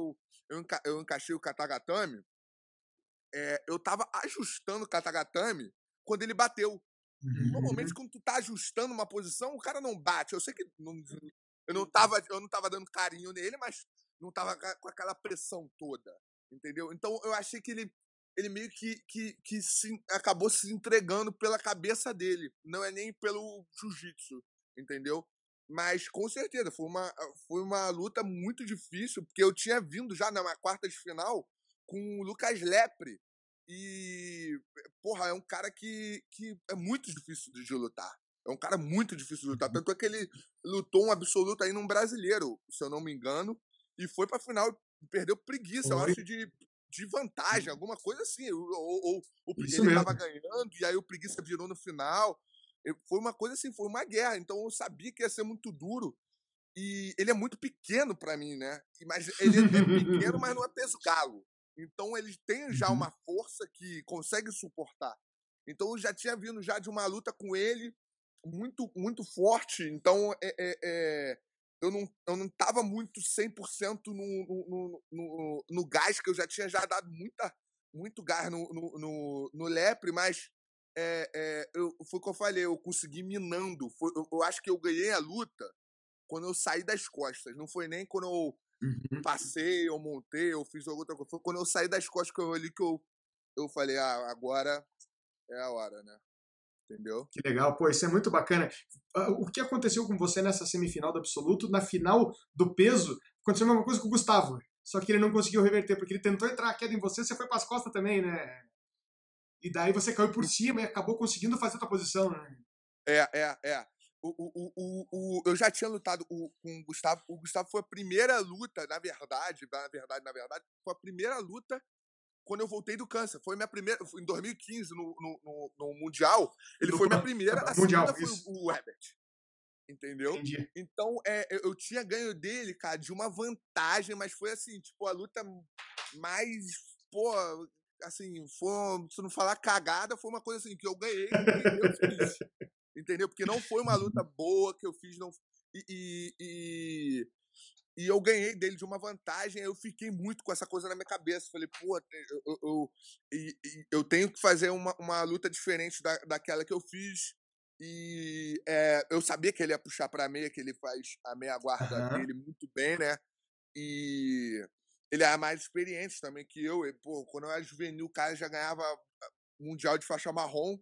eu encaixei o Katagatame, eu tava ajustando o Katagatame quando ele bateu. Normalmente, quando tu tá ajustando uma posição, o cara não bate. Eu sei que eu não tava dando carinho nele, mas não tava com aquela pressão toda, entendeu? Então, eu achei que ele meio que acabou se entregando pela cabeça dele. Não é nem pelo jiu-jitsu, entendeu? Mas, com certeza, foi uma luta muito difícil, porque eu tinha vindo já na quarta de final com o Lucas Lepre. E, porra, é um cara que é muito difícil de lutar. É um cara muito difícil de lutar. Tanto é que ele lutou um absoluto aí num brasileiro, se eu não me engano, e foi pra final e perdeu preguiça, eu acho, de vantagem, alguma coisa assim. Ele tava ganhando e aí o preguiça virou no final. Foi uma coisa assim, foi uma guerra. Então eu sabia que ia ser muito duro. E ele é muito pequeno pra mim, né? Mas ele é pequeno, mas não é peso galo. Então ele tem já uma força que consegue suportar. Então eu já tinha vindo já de uma luta com ele muito, muito forte. Então eu não tava muito 100% no gás, que eu já tinha dado muito gás no Lepre, mas foi o que eu falei, eu consegui minando. Eu acho que eu ganhei a luta quando eu saí das costas. Não foi nem quando eu passei, eu montei, eu fiz outra coisa. Foi quando eu saí das costas que eu olhei que eu falei, agora é a hora, né? Entendeu? Que legal, pô, isso é muito bacana. O que aconteceu com você nessa semifinal do absoluto? Na final do peso, aconteceu a mesma coisa com o Gustavo. Só que ele não conseguiu reverter, porque ele tentou entrar a queda em você foi para as costas também, né? E daí você caiu por cima e acabou conseguindo fazer a tua posição, né? Eu já tinha lutado com o Gustavo. O Gustavo foi a primeira luta, na verdade, foi a primeira luta quando eu voltei do câncer. Foi minha primeira, em 2015, no Mundial. Ele foi minha primeira, a segunda foi o Herbert. Entendeu? Entendi. Então, eu tinha ganho dele, cara, de uma vantagem, mas foi assim, tipo, a luta mais, pô, assim, se não falar cagada, foi uma coisa assim, que eu ganhei e eu fiz. Entendeu? Porque não foi uma luta boa que eu fiz, não. E eu ganhei dele de uma vantagem, eu fiquei muito com essa coisa na minha cabeça. Falei, pô, eu tenho que fazer uma luta diferente daquela que eu fiz. E eu sabia que ele ia puxar pra meia, que ele faz a meia guarda dele muito bem, né? E ele é mais experiente também que eu. E, pô, quando eu era juvenil, o cara já ganhava mundial de faixa marrom.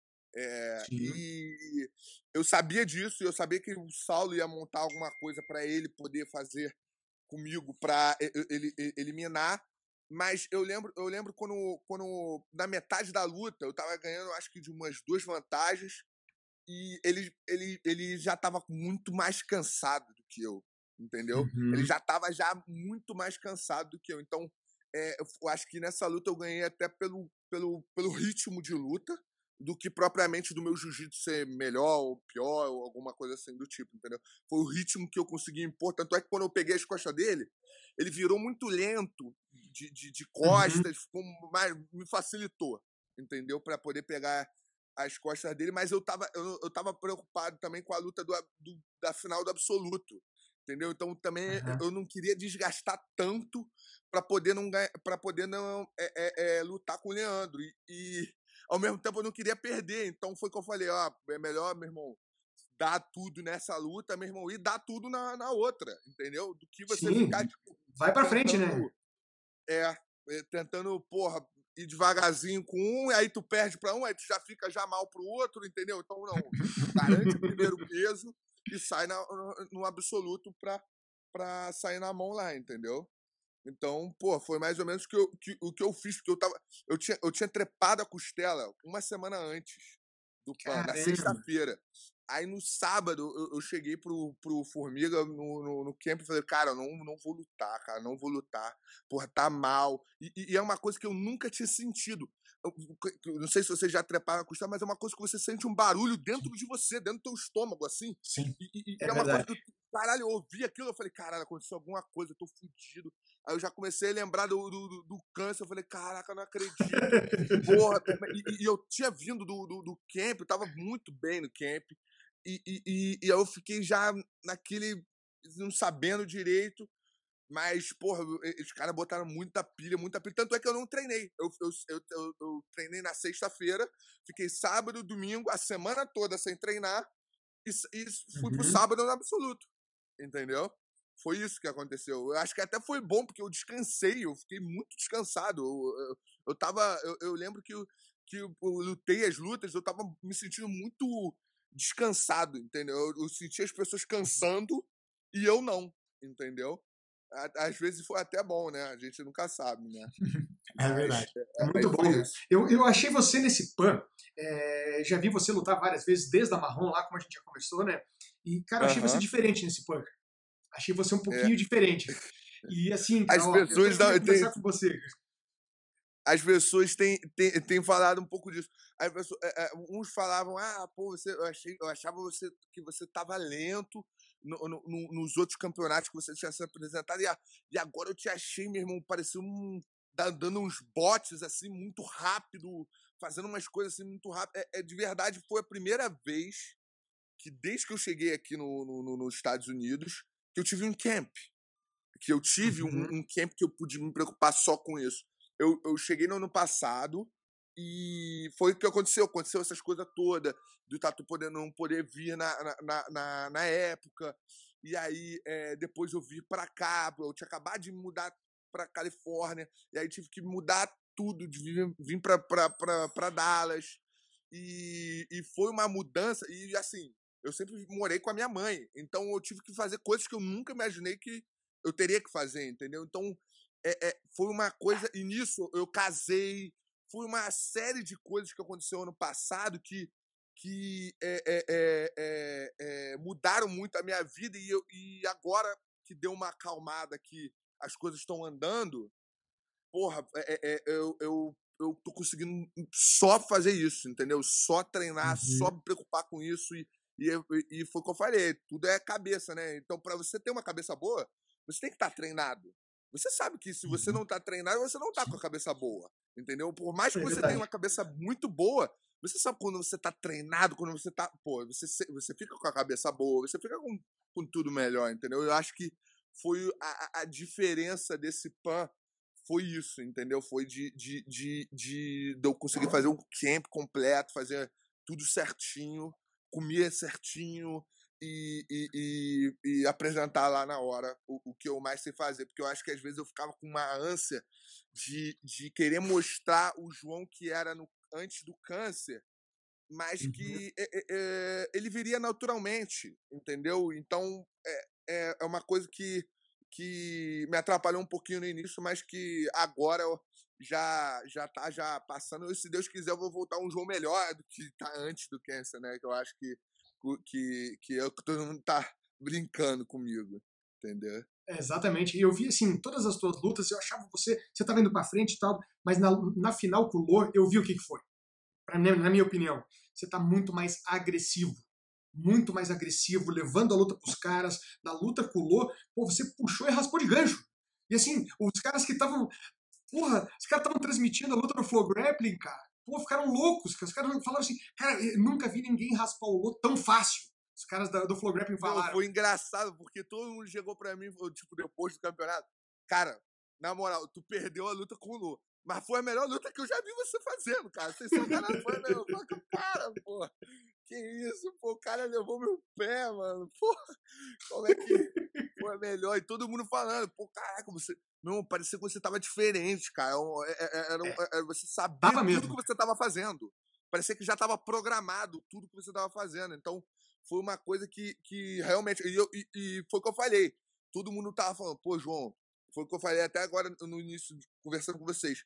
E eu sabia disso, eu sabia que o Saulo ia montar alguma coisa para ele poder fazer comigo para ele eliminar. Mas eu lembro quando na metade da luta eu tava ganhando, acho que de umas 2 vantagens, e ele já tava muito mais cansado do que eu, entendeu? Ele já tava muito mais cansado do que eu. Então, eu acho que nessa luta eu ganhei até pelo ritmo de luta, do que propriamente do meu jiu-jitsu ser melhor ou pior, ou alguma coisa assim do tipo, entendeu? Foi o ritmo que eu consegui impor. Tanto é que quando eu peguei as costas dele, ele virou muito lento de costas, me facilitou, entendeu? Para poder pegar as costas dele, mas eu tava preocupado também com a luta da final do absoluto, entendeu? Então também Aham. eu não queria desgastar tanto para poder não lutar com o Leandro. E ao mesmo tempo eu não queria perder. Então foi que eu falei, ó, é melhor, meu irmão, dar tudo nessa luta, meu irmão, e dar tudo na outra, entendeu? Do que você ficar, Sim, tipo, vai pra frente, né? tentando, é, tentando, porra, ir devagarzinho com um, aí tu perde pra um, aí tu já fica já mal pro outro, entendeu? Então, não, garante o primeiro peso e sai no absoluto pra sair na mão lá, entendeu? Então, pô, foi mais ou menos o que eu fiz, porque eu tinha trepado a costela uma semana antes do PAN, na Caramba. sexta-feira. Aí no sábado eu cheguei pro Formiga no camp e falei, cara, eu não vou lutar, cara, não vou lutar. Porra, tá mal. E é uma coisa que eu nunca tinha sentido. Eu não sei se você já treparam a costela, mas é uma coisa que você sente um barulho dentro de você, dentro do teu estômago, assim. Sim, E é é uma coisa verdade. que, caralho, eu ouvi aquilo, eu falei, caralho, aconteceu alguma coisa, eu tô fudido. Aí eu já comecei a lembrar do câncer, eu falei, caraca, eu não acredito. Porra, e eu tinha vindo do camp, eu tava muito bem no camp, e eu fiquei já naquele, não sabendo direito, mas, porra, os caras botaram muita pilha, tanto é que eu não treinei. Eu treinei na sexta-feira, fiquei sábado, domingo, a semana toda sem treinar, e fui pro Uhum. sábado no absoluto, entendeu? Foi isso que aconteceu. Eu acho que até foi bom, porque eu descansei, eu fiquei muito descansado. Eu tava. Eu lembro que eu lutei as lutas, eu tava me sentindo muito descansado, entendeu? Eu senti as pessoas cansando e eu não, entendeu? Às vezes foi até bom, né? A gente nunca sabe, né? É Mas verdade. É aí muito foi bom, né? isso. Eu achei você nesse PAN, já vi você lutar várias vezes, desde a Marrom lá, como a gente já conversou, né? E, cara, eu achei você Aham. diferente nesse PAN. Achei você um É. pouquinho diferente. E assim, cara, As ó, eu pessoas queria não, conversar com você. as pessoas têm falado um pouco disso. As pessoas, uns falavam, pô, eu achava que você estava lento nos outros campeonatos que você tinha se apresentado, e agora eu te achei, meu irmão, parecia dando uns botes assim, muito rápido, fazendo umas coisas assim, muito rápido. De verdade, foi a primeira vez que, desde que eu cheguei aqui nos Estados Unidos, que eu tive um camp. Que eu tive Uhum. um camp que eu pude me preocupar só com isso. Eu cheguei no ano passado e foi o que aconteceu. Aconteceu essas coisas todas, do Tatu não poder vir na época. E aí, depois eu vim pra cá, eu tinha acabado de mudar pra Califórnia, e aí tive que mudar tudo, de vir pra Dallas. E foi uma mudança, e assim, eu sempre morei com a minha mãe, então eu tive que fazer coisas que eu nunca imaginei que eu teria que fazer, entendeu? Então, foi uma coisa. E nisso eu casei. Foi uma série de coisas que aconteceu ano passado que mudaram muito a minha vida. E agora que deu uma acalmada, que as coisas estão andando, porra, eu tô conseguindo só fazer isso, entendeu? Só treinar, só Uhum. me preocupar com isso. E foi o que eu falei, tudo é cabeça, né? Então, para você ter uma cabeça boa, você tem que estar treinado. Você sabe que se você Uhum. não tá treinado, você não tá com a cabeça boa, entendeu? Por mais que É você tenha verdade. uma cabeça muito boa, você sabe quando você tá treinado, quando você tá. Pô, você fica com a cabeça boa, você fica com tudo melhor, entendeu? Eu acho que foi a diferença desse PAN foi isso, entendeu? Foi de eu conseguir fazer um camp completo, fazer tudo certinho, comer certinho e apresentar lá na hora o que eu mais sei fazer. Porque eu acho que às vezes eu ficava com uma ânsia de querer mostrar o João que era antes do câncer, mas Uhum. que ele viria naturalmente, entendeu? Então é uma coisa que me atrapalhou um pouquinho no início, mas que agora já tá já passando. E se Deus quiser, eu vou voltar um João melhor do que tá antes do câncer, né? Que eu acho que todo mundo tá brincando comigo, entendeu? Exatamente. E eu vi, assim, todas as tuas lutas, eu achava você tava indo pra frente e tal, mas na final com o Lô, eu vi o que foi. Na minha opinião, você tá muito mais agressivo, levando a luta pros caras. Na luta com o Lô, pô, você puxou e raspou de gancho. E assim, os caras que estavam. Porra, os caras estavam transmitindo a luta no Flow Grappling, cara. Pô, ficaram loucos. Os caras falaram assim, cara, eu nunca vi ninguém raspar o Lô tão fácil. Os caras do Flow Grappling Não, falaram. foi engraçado, porque todo mundo chegou pra mim, tipo, depois do campeonato. Cara, na moral, tu perdeu a luta com o Lu. Mas foi a melhor luta que eu já vi você fazendo, cara. Sem sacanagem, foi a melhor. Cara, pô, que isso, pô, o cara levou meu pé, mano. Pô, como é que foi a melhor? E todo mundo falando, pô, caraca, você... Meu, parecia que você tava diferente, cara. Você sabia Tava tudo mesmo. que você tava fazendo. Parecia que já tava programado tudo que você tava fazendo. Então, foi uma coisa que realmente... E foi o que eu falei. Todo mundo tava falando, pô, João, foi o que eu falei até agora no início, conversando com vocês.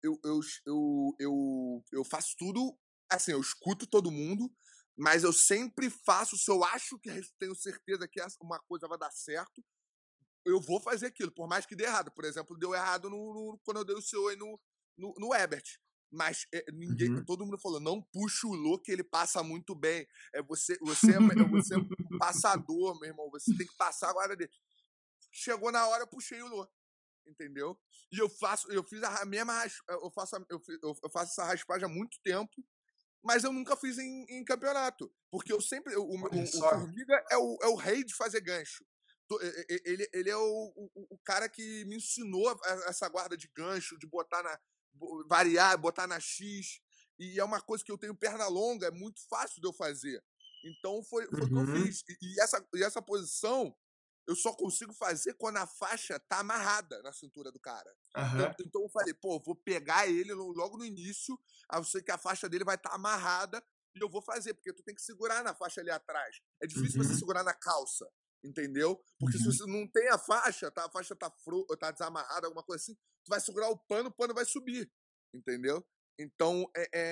Eu faço tudo, assim, eu escuto todo mundo, mas eu sempre faço, se eu acho que tenho certeza que uma coisa vai dar certo, eu vou fazer aquilo, por mais que dê errado. Por exemplo, deu errado quando eu dei o CEO aí no Ebert. Mas todo mundo falou, não puxa o Lô, que ele passa muito bem. Você é um passador, meu irmão. Você tem que passar a guarda dele. Chegou na hora, eu puxei o Lô. Entendeu? E eu fiz a mesma eu faço essa raspagem há muito tempo, mas eu nunca fiz em campeonato, porque eu sempre o Formiga é o rei de fazer gancho. Ele é o cara que me ensinou essa guarda de gancho, de variar, botar na X, e é uma coisa que eu tenho perna longa, é muito fácil de eu fazer. Então foi o que eu fiz. E essa posição eu só consigo fazer quando a faixa tá amarrada na cintura do cara. Então eu falei, pô, vou pegar ele logo no início, eu sei que a faixa dele vai estar amarrada e eu vou fazer, porque tu tem que segurar na faixa ali atrás. É difícil você segurar na calça, entendeu? Porque se você não tem a faixa tá desamarrada, alguma coisa assim, tu vai segurar o pano vai subir, entendeu? Então,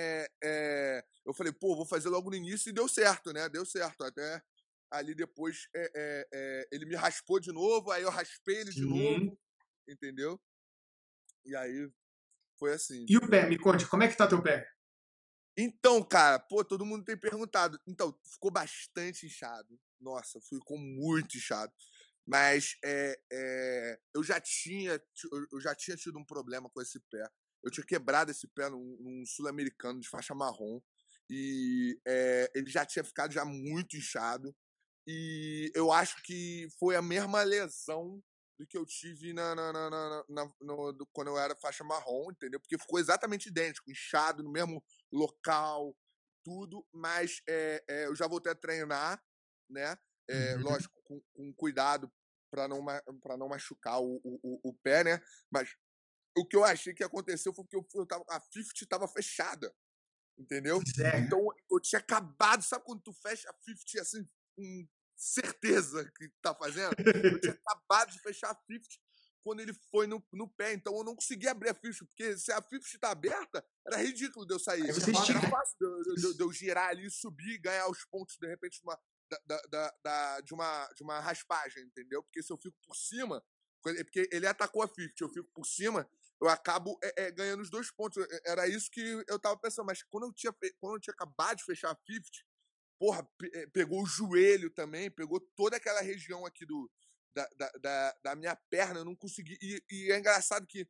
eu falei, pô, vou fazer logo no início e deu certo, né? Deu certo, até... Ali depois ele me raspou de novo, aí eu raspei ele de novo, entendeu? E aí foi assim. E o pé? Me conte, como é que tá teu pé? Então, cara, pô, todo mundo tem perguntado. Então, ficou bastante inchado. Nossa, ficou muito inchado. Mas eu já tinha tido um problema com esse pé. Eu tinha quebrado esse pé num sul-americano de faixa marrom. E ele já tinha ficado já muito inchado. E eu acho que foi a mesma lesão do que eu tive quando eu era faixa marrom, entendeu? Porque ficou exatamente idêntico, inchado no mesmo local, tudo, mas eu já voltei a treinar, né? Lógico, com cuidado para não machucar o pé, né? Mas o que eu achei que aconteceu foi que a 50 estava fechada, entendeu? Então eu tinha acabado, sabe quando tu fecha a 50 assim, com certeza que tá fazendo? Eu tinha acabado de fechar a 50 quando ele foi no pé, então eu não consegui abrir a 50, porque se a 50 tá aberta, era ridículo de eu sair. Aí você estica. Era fácil de eu girar ali, subir e ganhar os pontos, de repente, de uma raspagem, entendeu? Porque se eu fico por cima, porque ele atacou a 50, eu fico por cima, eu acabo ganhando os 2 pontos. Era isso que eu tava pensando. Mas quando eu tinha acabado de fechar a 50, porra, pegou o joelho também, pegou toda aquela região aqui da minha perna, eu não consegui. E é engraçado que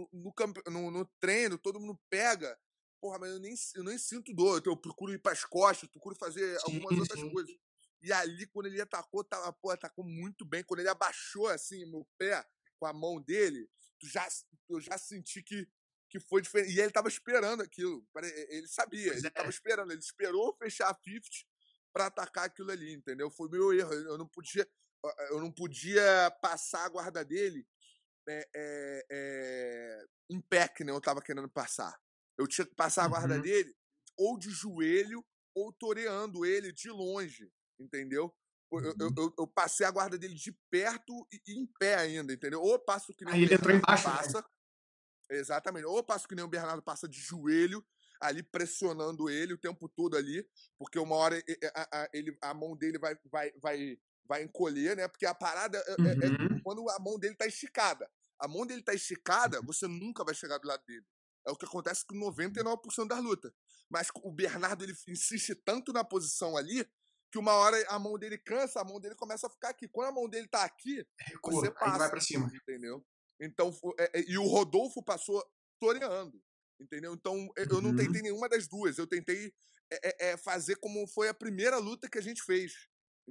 no treino todo mundo pega, porra, mas eu nem sinto dor. Eu procuro ir pras costas, procuro fazer algumas outras coisas. E ali, quando ele atacou, atacou muito bem. Quando ele abaixou assim meu pé com a mão dele, eu já senti que foi diferente. E ele tava esperando aquilo. Ele sabia, ele tava esperando. Ele esperou fechar a 50 para atacar aquilo ali, entendeu? Foi meu erro. Eu não podia passar a guarda dele em pé, que nem eu tava querendo passar. Eu tinha que passar a guarda dele ou de joelho ou toreando ele de longe, entendeu? Eu passei a guarda dele de perto e em pé ainda, entendeu? Ou eu passo que nem aí o ele entrou embaixo, passa. Né? Exatamente. Ou eu passo que nem o Bernardo passa de joelho, ali pressionando ele o tempo todo ali, porque uma hora a mão dele vai encolher, né? Porque a parada é quando a mão dele tá esticada. A mão dele tá esticada, você nunca vai chegar do lado dele. É o que acontece com 99% das lutas. Mas o Bernardo, ele insiste tanto na posição ali, que uma hora a mão dele cansa, a mão dele começa a ficar aqui. Quando a mão dele tá aqui, você passa. Aí vai pra cima. Entendeu? Então, e o Rodolfo passou toreando, entendeu? Então, eu não tentei nenhuma das duas. Eu tentei fazer como foi a primeira luta que a gente fez,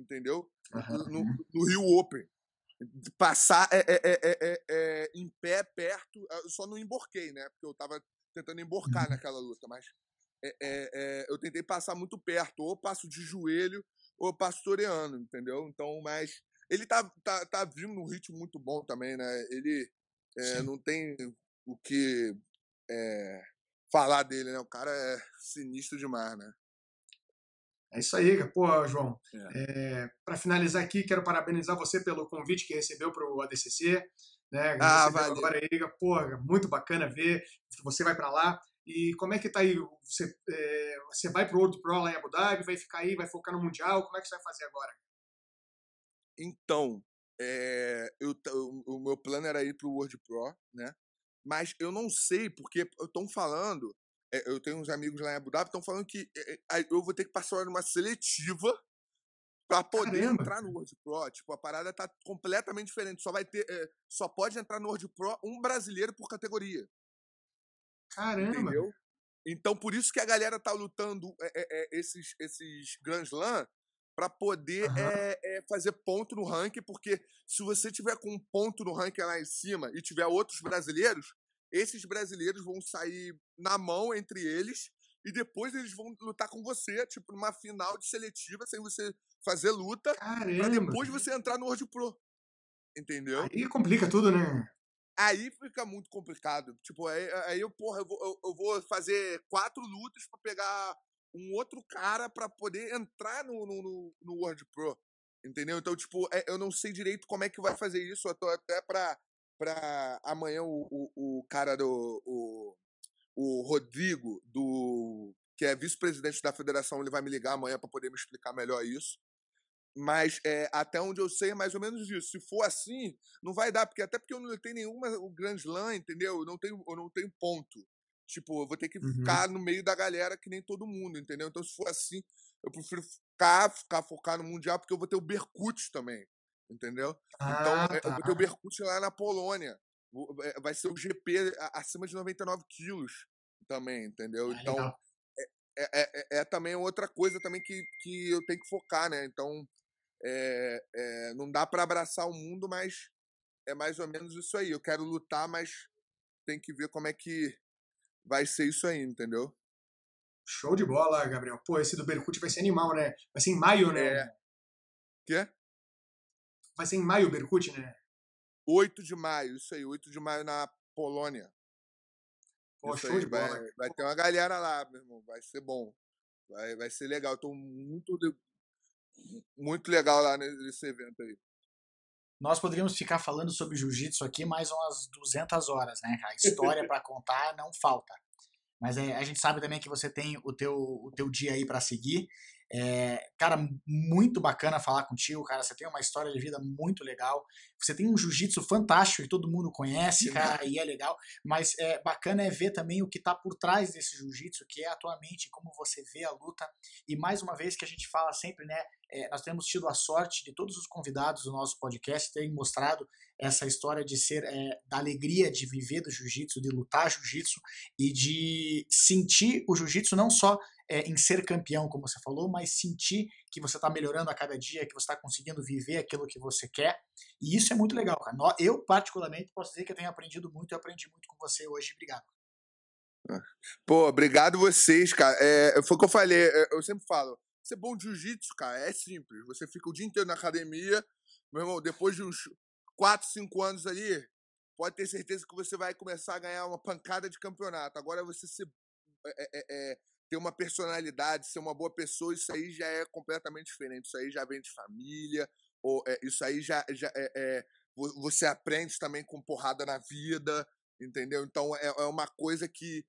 entendeu? No, Aham. no Rio Open. Passar em pé, perto, eu só não emborquei, né? Porque eu tava tentando emborcar naquela luta, mas eu tentei passar muito perto, ou eu passo de joelho, ou eu passo toreando, entendeu? Então, mas ele tá vindo num ritmo muito bom também, né? Ele Sim. não tem o que falar dele, né? O cara é sinistro demais, né? É isso aí, pô, João. É. Para finalizar aqui, quero parabenizar você pelo convite que recebeu para o ADCC, né? Ah, Recebeu valeu. agora aí, pô, muito bacana ver que você vai para lá. E como é que tá aí? Você vai pro World Pro lá em Abu Dhabi, vai ficar aí, vai focar no Mundial? Como é que você vai fazer agora? Então, o meu plano era ir pro World Pro, né? Mas eu não sei, porque estão falando, eu tenho uns amigos lá em Abu Dhabi, estão falando que eu vou ter que passar numa seletiva para poder Caramba, entrar no World Pro. Tipo, a parada tá completamente diferente. Só pode entrar no World Pro um brasileiro por categoria, caramba. entendeu? Então, por isso que a galera tá lutando esses Grand Slam para poder Aham. fazer ponto no ranking, porque se você tiver com um ponto no ranking lá em cima e tiver outros brasileiros, esses brasileiros vão sair na mão entre eles e depois eles vão lutar com você, tipo, numa final de seletiva, sem você fazer luta, para Caramba. depois você entrar no World Pro, entendeu? Aí complica tudo, né? Aí fica muito complicado. Tipo, aí eu, porra, eu vou fazer 4 lutas pra pegar um outro cara pra poder entrar no World Pro. Entendeu? Então, tipo, eu não sei direito como é que vai fazer isso. Eu tô até pra amanhã o cara o Rodrigo, que é vice-presidente da federação, ele vai me ligar amanhã pra poder me explicar melhor isso. Mas até onde eu sei é mais ou menos isso. Se for assim, não vai dar, até porque eu não tenho nenhuma o Grand Slam, entendeu? Eu não tenho ponto. Tipo, eu vou ter que Uhum. ficar no meio da galera que nem todo mundo, entendeu? Então, se for assim, eu prefiro ficar focado no Mundial, porque eu vou ter o Berkut também, entendeu? Então, Ah, eu tá. vou ter o Berkut lá na Polônia. Vai ser o GP acima de 99 quilos também, entendeu? É Então, legal. é também outra coisa também que eu tenho que focar, né? Então, não dá pra abraçar o mundo, mas é mais ou menos isso aí. Eu quero lutar, mas tem que ver como é que vai ser isso aí, entendeu? Show de bola, Gabriel. Pô, esse do Berkut vai ser animal, né? Vai ser em maio, né? É. Quê? Vai ser em maio o Berkut, né? 8 de maio, isso aí, 8 de maio na Polônia. Pô, Isso show aí, de bola. vai ter uma galera lá, meu irmão. Vai ser bom. Vai ser legal. Eu tô muito legal lá nesse evento aí. Nós poderíamos ficar falando sobre jiu-jitsu aqui mais umas 200 horas, né, cara? História para contar não falta. Mas a gente sabe também que você tem o teu dia aí para seguir. Cara, muito bacana falar contigo, cara. Você tem uma história de vida muito legal. Você tem um jiu-jitsu fantástico que todo mundo conhece, cara, e é legal. Mas bacana é ver também o que tá por trás desse jiu-jitsu, que é a tua mente, como você vê a luta. E mais uma vez que a gente fala sempre, né? Nós temos tido a sorte de todos os convidados do nosso podcast terem mostrado essa história de ser da alegria de viver do jiu-jitsu, de lutar jiu-jitsu e de sentir o jiu-jitsu não só em ser campeão, como você falou, mas sentir que você está melhorando a cada dia, que você está conseguindo viver aquilo que você quer. E isso é muito legal, cara. Eu, particularmente, posso dizer que eu tenho aprendido muito e aprendi muito com você hoje. Obrigado. Pô, obrigado vocês, cara. Foi o que eu falei, eu sempre falo. Ser bom de jiu-jitsu, cara, é simples. Você fica o dia inteiro na academia, meu irmão, depois de uns 4, 5 anos ali, pode ter certeza que você vai começar a ganhar uma pancada de campeonato. Agora você ter uma personalidade, ser uma boa pessoa, isso aí já é completamente diferente. Isso aí já vem de família, isso aí você aprende também com porrada na vida, entendeu? Então é uma coisa que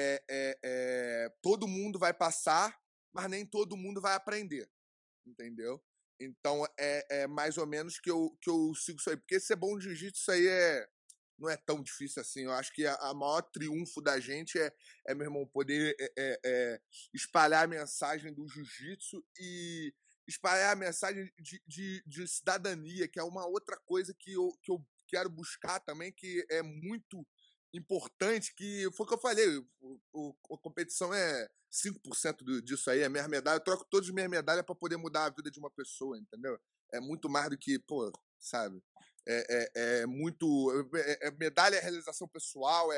todo mundo vai passar, mas nem todo mundo vai aprender, entendeu? Então é mais ou menos que eu sigo isso aí. Porque ser bom de jiu-jitsu, isso aí não é tão difícil assim. Eu acho que a maior triunfo da gente meu irmão, poder espalhar a mensagem do jiu-jitsu e espalhar a mensagem de cidadania, que é uma outra coisa que eu quero buscar também, que é muito importante, que foi o que eu falei, a competição é 5% disso aí, é minha medalha, eu troco todas as minhas medalhas para poder mudar a vida de uma pessoa, entendeu? É muito mais do que, pô, sabe? É muito... medalha é realização pessoal,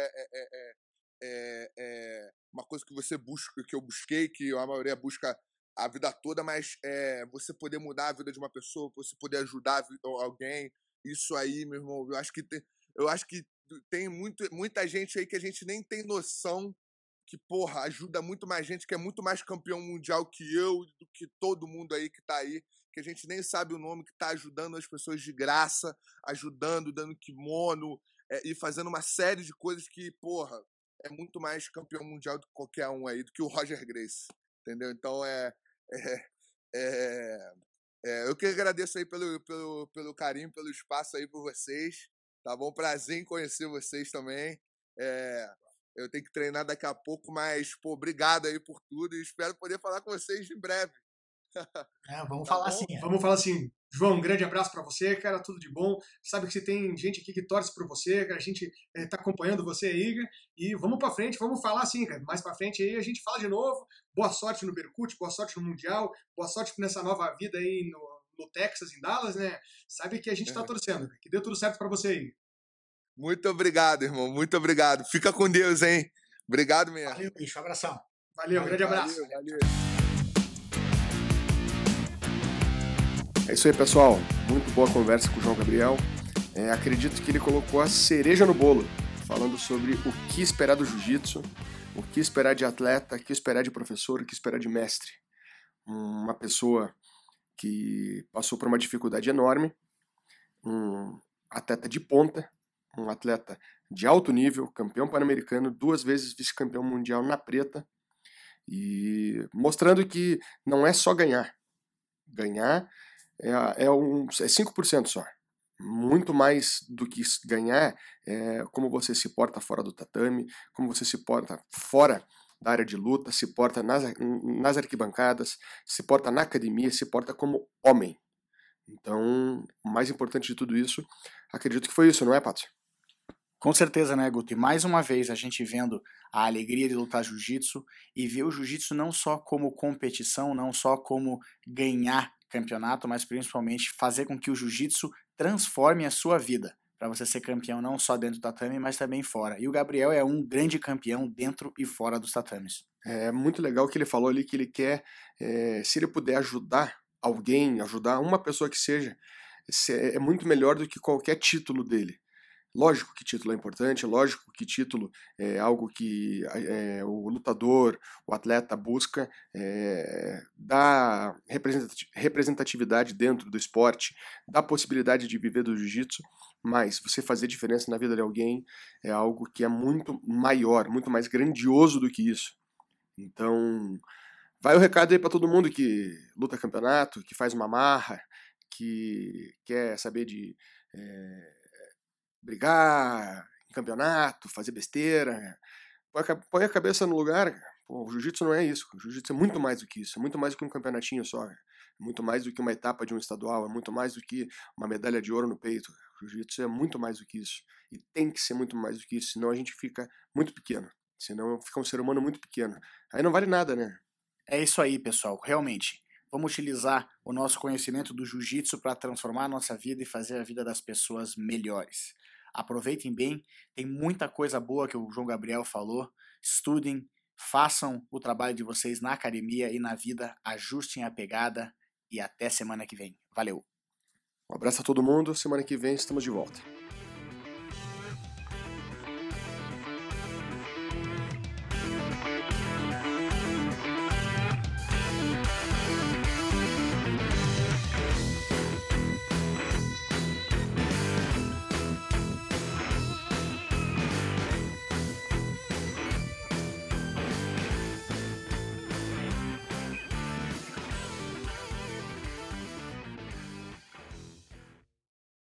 é uma coisa que você busca, que eu busquei, que a maioria busca a vida toda, mas você poder mudar a vida de uma pessoa, você poder ajudar alguém, isso aí, meu irmão, eu acho que tem muita gente aí que a gente nem tem noção que, porra, ajuda muito mais gente, que é muito mais campeão mundial que eu, do que todo mundo aí que tá aí, que a gente nem sabe o nome, que tá ajudando as pessoas de graça, ajudando, dando kimono, e fazendo uma série de coisas que, porra, é muito mais campeão mundial do que qualquer um aí, do que o Roger Gracie, entendeu? Então, eu que agradeço aí pelo carinho, pelo espaço aí por vocês, tá bom? Prazer em conhecer vocês também. Eu tenho que treinar daqui a pouco, mas, pô, obrigado aí por tudo e espero poder falar com vocês em breve. Vamos Tá falar bom? assim. Vamos falar assim. João, um grande abraço para você, cara, tudo de bom. Sabe que você tem gente aqui que torce por você, cara, a gente tá acompanhando você aí, cara, e vamos para frente, vamos falar assim, cara, mais para frente aí a gente fala de novo. Boa sorte no Berkut, boa sorte no Mundial, boa sorte nessa nova vida aí no Texas, em Dallas, né? Sabe que a gente tá torcendo, que dê tudo certo para você aí. Muito obrigado, irmão, muito obrigado. Fica com Deus, hein? Obrigado mesmo. Valeu, bicho, abração. Valeu, grande abraço. Valeu. É isso aí, pessoal. Muito boa conversa com o João Gabriel. Acredito que ele colocou a cereja no bolo, falando sobre o que esperar do jiu-jitsu, o que esperar de atleta, o que esperar de professor, o que esperar de mestre. Uma pessoa que passou por uma dificuldade enorme, um atleta de ponta, um atleta de alto nível, campeão pan-americano, 2 vezes vice-campeão mundial na preta, e mostrando que não é só ganhar. Ganhar é 5% só. Muito mais do que ganhar é como você se porta fora do tatame, como você se porta fora da área de luta, se porta nas arquibancadas, se porta na academia, se porta como homem. Então, o mais importante de tudo isso, acredito que foi isso, não é, Pato? Com certeza, né, Guto? E mais uma vez a gente vendo a alegria de lutar jiu-jitsu e ver o jiu-jitsu não só como competição, não só como ganhar campeonato, mas principalmente fazer com que o jiu-jitsu transforme a sua vida, para você ser campeão não só dentro do tatame, mas também fora. E o Gabriel é um grande campeão dentro e fora dos tatames. É muito legal que ele falou ali que ele quer, se ele puder ajudar alguém, ajudar uma pessoa que seja, é muito melhor do que qualquer título dele. Lógico que título é importante, lógico que título é algo que o lutador, o atleta busca dar representatividade dentro do esporte, dar possibilidade de viver do jiu-jitsu, mas você fazer diferença na vida de alguém é algo que é muito maior, muito mais grandioso do que isso. Então, vai o recado aí para todo mundo que luta campeonato, que faz uma marra, que quer saber de brigar em campeonato, fazer besteira. Põe a cabeça no lugar. Pô, o jiu-jitsu não é isso. O jiu-jitsu é muito mais do que isso. É muito mais do que um campeonatinho só. É muito mais do que uma etapa de um estadual. É muito mais do que uma medalha de ouro no peito. O jiu-jitsu é muito mais do que isso. E tem que ser muito mais do que isso. Senão a gente fica muito pequeno. Senão fica um ser humano muito pequeno. Aí não vale nada, né? É isso aí, pessoal. Realmente. Vamos utilizar o nosso conhecimento do jiu-jitsu para transformar a nossa vida e fazer a vida das pessoas melhores. Aproveitem bem, tem muita coisa boa que o João Gabriel falou. Estudem, façam o trabalho de vocês na academia e na vida, ajustem a pegada e até semana que vem. Valeu! Um abraço a todo mundo, semana que vem estamos de volta.